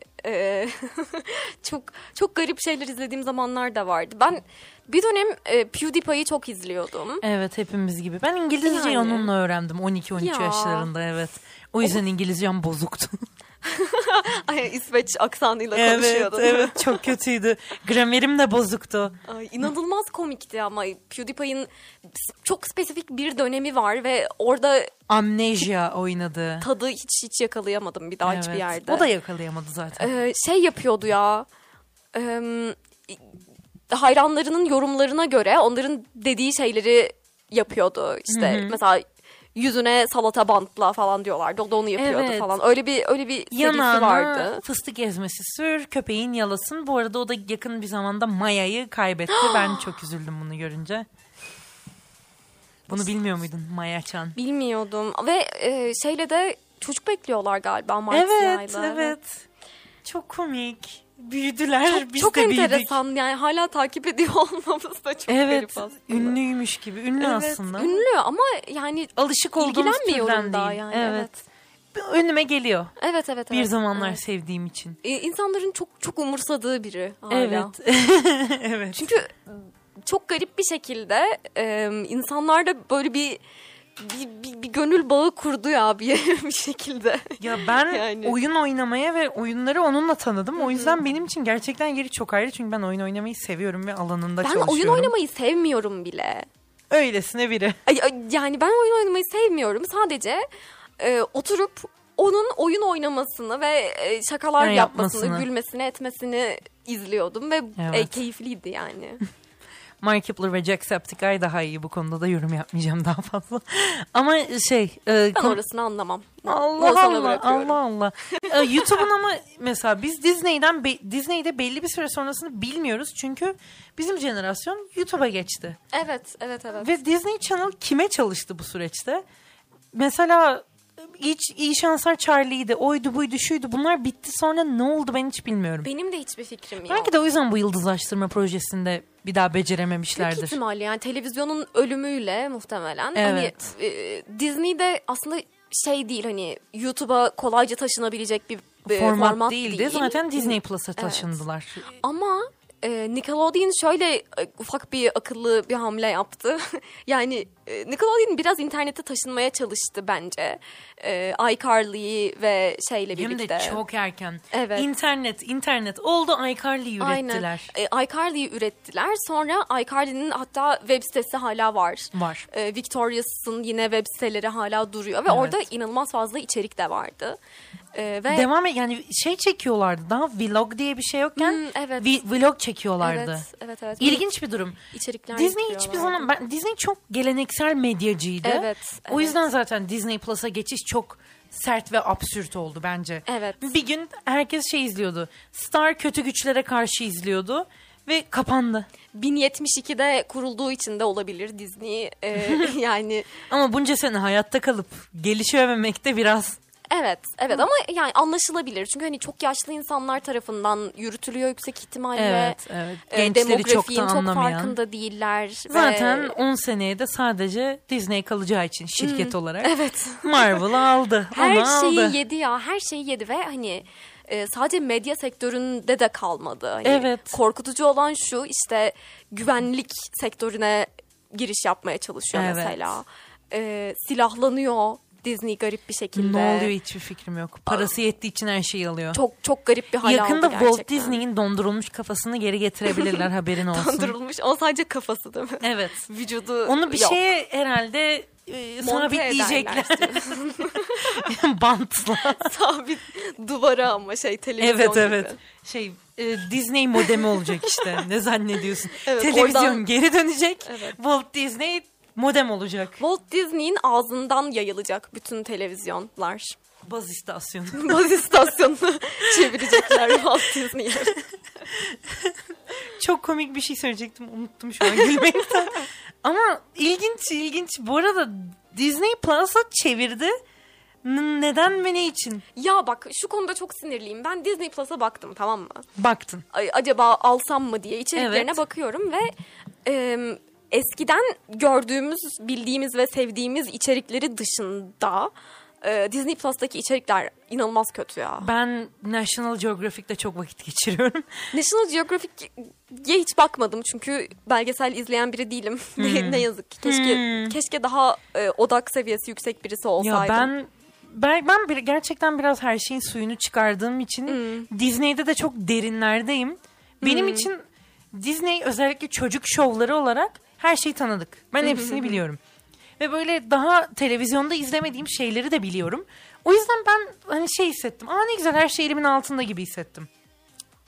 çok garip şeyler izlediğim zamanlar da vardı. Ben bir dönem PewDiePie'yi çok izliyordum. Evet, hepimiz gibi. Ben İngilizceyi onunla öğrendim 12-13 yaşlarında, evet. O yüzden İngilizcem bozuktu. İsveç aksanıyla konuşuyordun. Evet, çok kötüydü. Gramerim de bozuktu. İnanılmaz komikti ama PewDiePie'in çok spesifik bir dönemi var ve orada Amnesia oynadı. Tadı hiç yakalayamadım bir daha hiçbir yerde. O da yakalayamadı zaten. Şey yapıyordu ya. Hayranlarının yorumlarına göre onların dediği şeyleri yapıyordu. İşte mesela yüzüne salata bantla falan diyorlardı. O da onu yapıyordu Evet. falan. Öyle bir serisi Yanağına vardı. fıstık ezmesi sür, köpeğin yalasın. Bu arada o da yakın bir zamanda Maya'yı kaybetti. Ben çok üzüldüm bunu görünce. Bunu bilmiyor muydun Maya Chan? Bilmiyordum. Ve şeyle de çocuk bekliyorlar galiba Martia'yla. Evet. Çok komik. Büyüdüler. Biz çok de büyüdük. enteresan. Yani hala takip ediyor olmamız da çok garip aslında. Ünlüymüş gibi. Ünlü aslında. Ünlü ama yani alışık olduğumuz türden da değil. yani. Evet. Önüme geliyor. Evet. Bir zamanlar sevdiğim için. İnsanların çok umursadığı biri hala. Evet. Evet. Çünkü çok garip bir şekilde insanlar da böyle bir gönül bağı kurdu ya bir şekilde. Ya ben oyun oynamaya ve oyunları onunla tanıdım. O yüzden benim için gerçekten yeri çok ayrı. Çünkü ben oyun oynamayı seviyorum ve alanında çalışıyorum. Ben oyun oynamayı sevmiyorum bile. Öylesine biri. Yani ben oyun oynamayı sevmiyorum. Sadece oturup onun oyun oynamasını ve şakalar yapmasını, gülmesini, etmesini izliyordum ve keyifliydi yani. Markiplier ve Jacksepticeye daha iyi, bu konuda da yorum yapmayacağım daha fazla. Ama ben orasını anlamam. Allah. YouTube'un ama mesela biz Disney'de belli bir süre sonrasını bilmiyoruz. Çünkü bizim jenerasyon YouTube'a geçti. Evet. Ve Disney Channel kime çalıştı bu süreçte? Mesela iyi şanslar Charlie'ydi, oydu buydu şuydu, bunlar bitti, sonra ne oldu ben hiç bilmiyorum. Benim de hiçbir fikrim yok. Belki de o yüzden bu yıldızlaştırma projesinde bir daha becerememişlerdir. Büyük ihtimalle yani televizyonun ölümüyle muhtemelen. Evet. Hani Disney'de aslında değil, hani YouTube'a kolayca taşınabilecek bir format değildi. değil. Zaten Disney Plus'a taşındılar. Ama Nickelodeon şöyle ufak bir akıllı bir hamle yaptı. Yani Nickelodeon biraz internete taşınmaya çalıştı bence. iCarly ve şeyle birlikte. Hem de çok erken. Evet. İnternet oldu, iCarly'yi ürettiler. Aynen. iCarly'yi ürettiler. Sonra iCarly'nin hatta web sitesi hala var. Victorious'ın yine web siteleri hala duruyor. Ve orada inanılmaz fazla içerik de vardı. Devam yani çekiyorlardı. Daha vlog diye bir şey yokken vlog çekiyorlardı. Evet. İlginç bir durum. İçerikler Disney hiçbir zaman Disney çok geleneksel medyacıydı. Evet. O yüzden zaten Disney Plus'a geçiş çok sert ve absürt oldu bence. Evet. Bir gün herkes izliyordu. Star kötü güçlere karşı izliyordu ve kapandı. 1072'de kurulduğu için de olabilir Disney. Yani. Ama bunca sene hayatta kalıp gelişememekte biraz. Evet ama yani anlaşılabilir. Çünkü hani çok yaşlı insanlar tarafından yürütülüyor yüksek ihtimalle. Evet. Gençleri çok da anlamayan. Çok farkında değiller. Zaten 10 seneye de sadece Disney kalacağı için şirket olarak. Evet. Marvel'ı aldı. Her şeyi yedi ya. Her şeyi yedi ve hani sadece medya sektöründe de kalmadı. Hani korkutucu olan şu, işte güvenlik sektörüne giriş yapmaya çalışıyor mesela. Silahlanıyor Disney garip bir şekilde. Ne oluyor hiçbir fikrim yok. Parası yettiği için her şeyi alıyor. Çok garip bir hal aldı gerçekten. Yakında Walt Disney'in dondurulmuş kafasını geri getirebilirler, haberin olsun. Dondurulmuş, o sadece kafası değil mi? Evet. Vücudu onu bir şeye herhalde sabitleyecekler. Bantla. Sabit duvara ama televizyon Evet. Disney modemi olacak işte. Ne zannediyorsun? Evet, televizyon geri dönecek. Walt Disney modem olacak. Walt Disney'in ağzından yayılacak bütün televizyonlar. Baz istasyonu. Baz istasyonunu çevirecekler Walt Disney'e. Çok komik bir şey söyleyecektim. Unuttum şu an gülmekten. Ama ilginç. Bu arada Disney Plus'a çevirdi. Neden ve ne için? Ya bak, şu konuda çok sinirliyim. Ben Disney Plus'a baktım, tamam mı? Baktın. Acaba alsam mı diye içeriklerine bakıyorum ve eskiden gördüğümüz, bildiğimiz ve sevdiğimiz içerikleri dışında Disney Plus'taki içerikler inanılmaz kötü ya. Ben National Geographic'te çok vakit geçiriyorum. National Geographic'e hiç bakmadım çünkü belgesel izleyen biri değilim. Ne yazık ki. Keşke daha odak seviyesi yüksek birisi olsaydım. Ya ben gerçekten biraz her şeyin suyunu çıkardığım için Disney'de de çok derinlerdeyim. Benim için Disney özellikle çocuk şovları olarak her şeyi tanıdık. Ben hepsini biliyorum. Ve böyle daha televizyonda izlemediğim şeyleri de biliyorum. O yüzden ben hissettim. Ne güzel, her şey elimin altında gibi hissettim.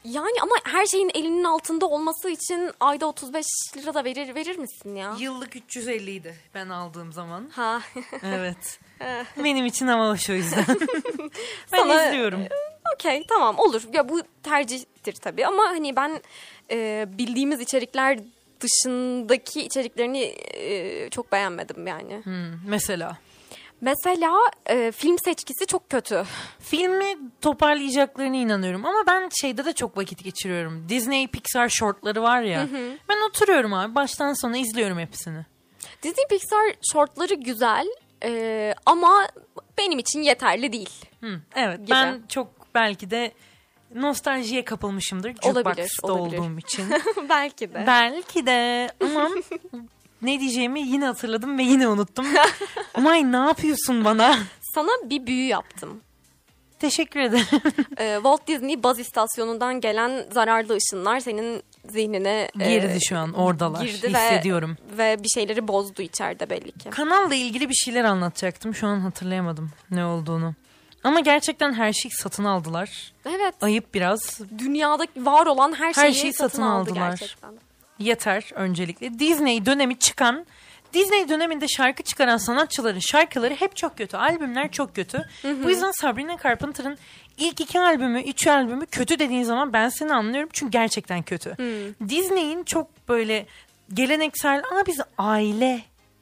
Yani ama her şeyin elinin altında olması için ayda 35 lira da verir misin ya? Yıllık 350 idi ben aldığım zaman. Ha. Evet. Benim için ama hoş o yüzden. Ben izliyorum. Okey, tamam, olur. Ya bu tercihtir tabii ama hani ben bildiğimiz içerikler dışındaki içeriklerini çok beğenmedim yani. Mesela? Mesela film seçkisi çok kötü. Filmi toparlayacaklarına inanıyorum ama ben şeyde de çok vakit geçiriyorum. Disney Pixar shortları var ya. Ben oturuyorum abi, baştan sona izliyorum hepsini. Disney Pixar shortları güzel ama benim için yeterli değil. Evet gibi. Ben çok belki de nostaljiye kapılmışımdır. Jukebox'ta olduğum için. Belki de. Belki de ama ne diyeceğimi yine hatırladım ve yine unuttum. Umay, ne yapıyorsun bana? Sana bir büyü yaptım. Teşekkür ederim. Walt Disney baz istasyonundan gelen zararlı ışınlar senin zihnine girdi şu an, oradalar. Hissediyorum. Ve bir şeyleri bozdu içeride belli ki. Kanalla ilgili bir şeyler anlatacaktım. Şu an hatırlayamadım ne olduğunu. Ama gerçekten her şeyi satın aldılar. Evet. Ayıp biraz. Dünyada var olan her şeyi satın aldılar. Gerçekten. Yeter öncelikle. Disney dönemi çıkan, Disney döneminde şarkı çıkaran sanatçıların şarkıları hep çok kötü. Albümler çok kötü. Bu yüzden Sabrina Carpenter'ın ilk 2 albümü, 3 albümü kötü dediğin zaman ben seni anlıyorum. Çünkü gerçekten kötü. Disney'in çok böyle geleneksel ama biz aile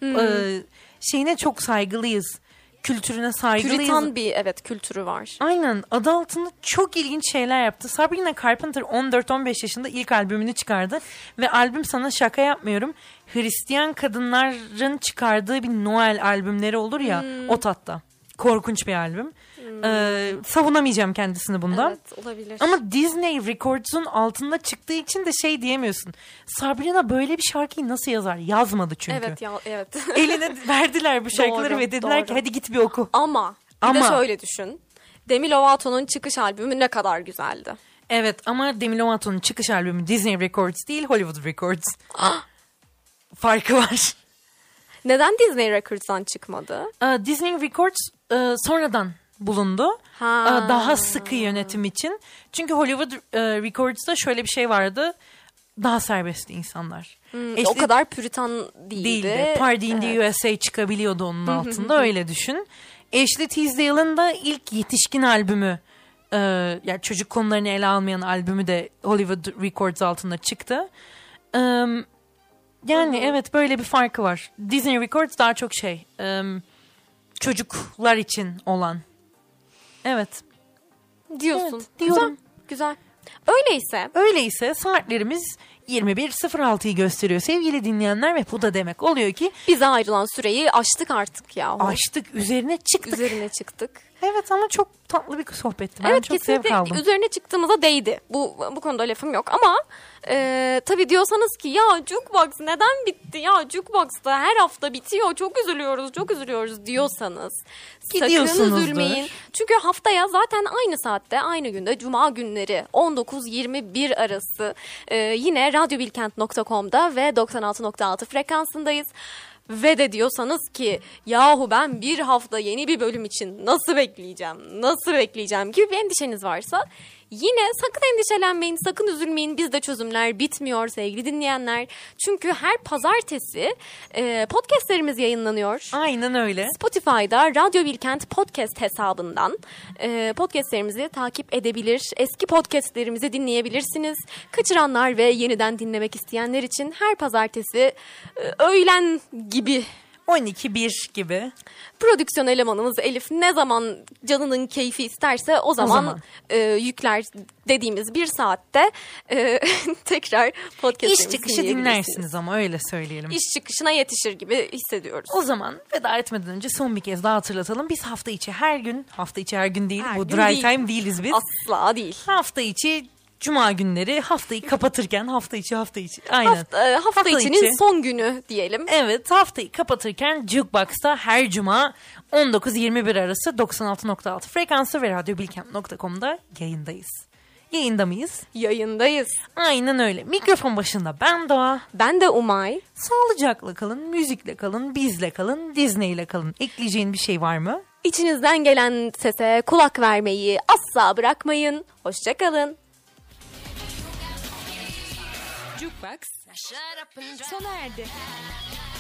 şeyine çok saygılıyız. Kültürüne saygılıyız. Puritan bir kültürü var. Aynen, adı altında çok ilginç şeyler yaptı. Sabrina Carpenter 14-15 yaşında ilk albümünü çıkardı. Ve albüm, sana şaka yapmıyorum, Hristiyan kadınların çıkardığı bir Noel albümleri olur ya, o tatta. Korkunç bir albüm. Savunamayacağım kendisini bundan. Evet, olabilir. Ama Disney Records'un altında çıktığı için de şey diyemiyorsun. Sabrina böyle bir şarkıyı nasıl yazar? Yazmadı çünkü. Evet. Eline verdiler bu şarkıları ve dediler ki hadi git bir oku. Ama bir de şöyle düşün. Demi Lovato'nun çıkış albümü ne kadar güzeldi. Evet ama Demi Lovato'nun çıkış albümü Disney Records değil, Hollywood Records. Farkı var. Neden Disney Records'tan çıkmadı? Disney Records sonradan bulundu. Daha sıkı yönetim için. Çünkü Hollywood Records'ta şöyle bir şey vardı. Daha serbestti insanlar. O kadar puritan değildi. Party in the USA çıkabiliyordu onun altında, öyle düşün. Ashley Tisdale'ın da ilk yetişkin albümü, yani çocuk konularını ele almayan albümü de Hollywood Records altında çıktı. Yani evet, böyle bir farkı var. Disney Records daha çok çocuklar için olan. Evet. Diyorsun. Evet, diyorum. Güzel. Öyleyse saatlerimiz 21.06'yı gösteriyor sevgili dinleyenler ve bu da demek oluyor ki bize ayrılan süreyi aştık artık ya. Aştık, üzerine çıktık. Evet ama çok tatlı bir sohbetti. Ben çok zevk aldım. Üzerine çıktığımıza değdi. Bu konuda lafım yok ama tabii diyorsanız ki ya Jukebox neden bitti ya, Jukebox'ta her hafta bitiyor, çok üzülüyoruz diyorsanız sakın üzülmeyin. Çünkü haftaya zaten aynı saatte, aynı günde, cuma günleri 19-21 arası yine radyobilkent.com'da ve 96.6 frekansındayız. Ve de diyorsanız ki yahu ben bir hafta yeni bir bölüm için nasıl bekleyeceğim gibi bir endişeniz varsa yine sakın endişelenmeyin, sakın üzülmeyin. Bizde çözümler bitmiyor sevgili dinleyenler. Çünkü her pazartesi podcastlerimiz yayınlanıyor. Aynen öyle. Spotify'da Radyo Bilkent Podcast hesabından podcastlerimizi takip edebilir. Eski podcastlerimizi dinleyebilirsiniz. Kaçıranlar ve yeniden dinlemek isteyenler için her pazartesi öğlen gibi, 12-1 gibi. Prodüksiyon elemanımız Elif ne zaman canının keyfi isterse o zaman. Yükler dediğimiz bir saatte tekrar podcastlerimizi İş çıkışı dinlersiniz ama öyle söyleyelim. İş çıkışına yetişir gibi hissediyoruz. O zaman veda etmeden önce son bir kez daha hatırlatalım. Biz hafta içi her gün değil, bu dry time değiliz biz. Asla değil. Hafta içi cuma günleri, haftayı kapatırken hafta içi. Aynen. Hafta içinin son günü diyelim. Evet, haftayı kapatırken Jukebox'ta her cuma 19-21 arası 96.6 frekansı ve radyobilkent.com'da yayındayız. Yayında mıyız? Yayındayız. Aynen öyle. Mikrofon başında ben Doğa. Ben de Umay. Sağlıcakla kalın, müzikle kalın, bizle kalın, Disney'le kalın. Ekleyeceğin bir şey var mı? İçinizden gelen sese kulak vermeyi asla bırakmayın. Hoşça kalın. Jukebox sona erdi.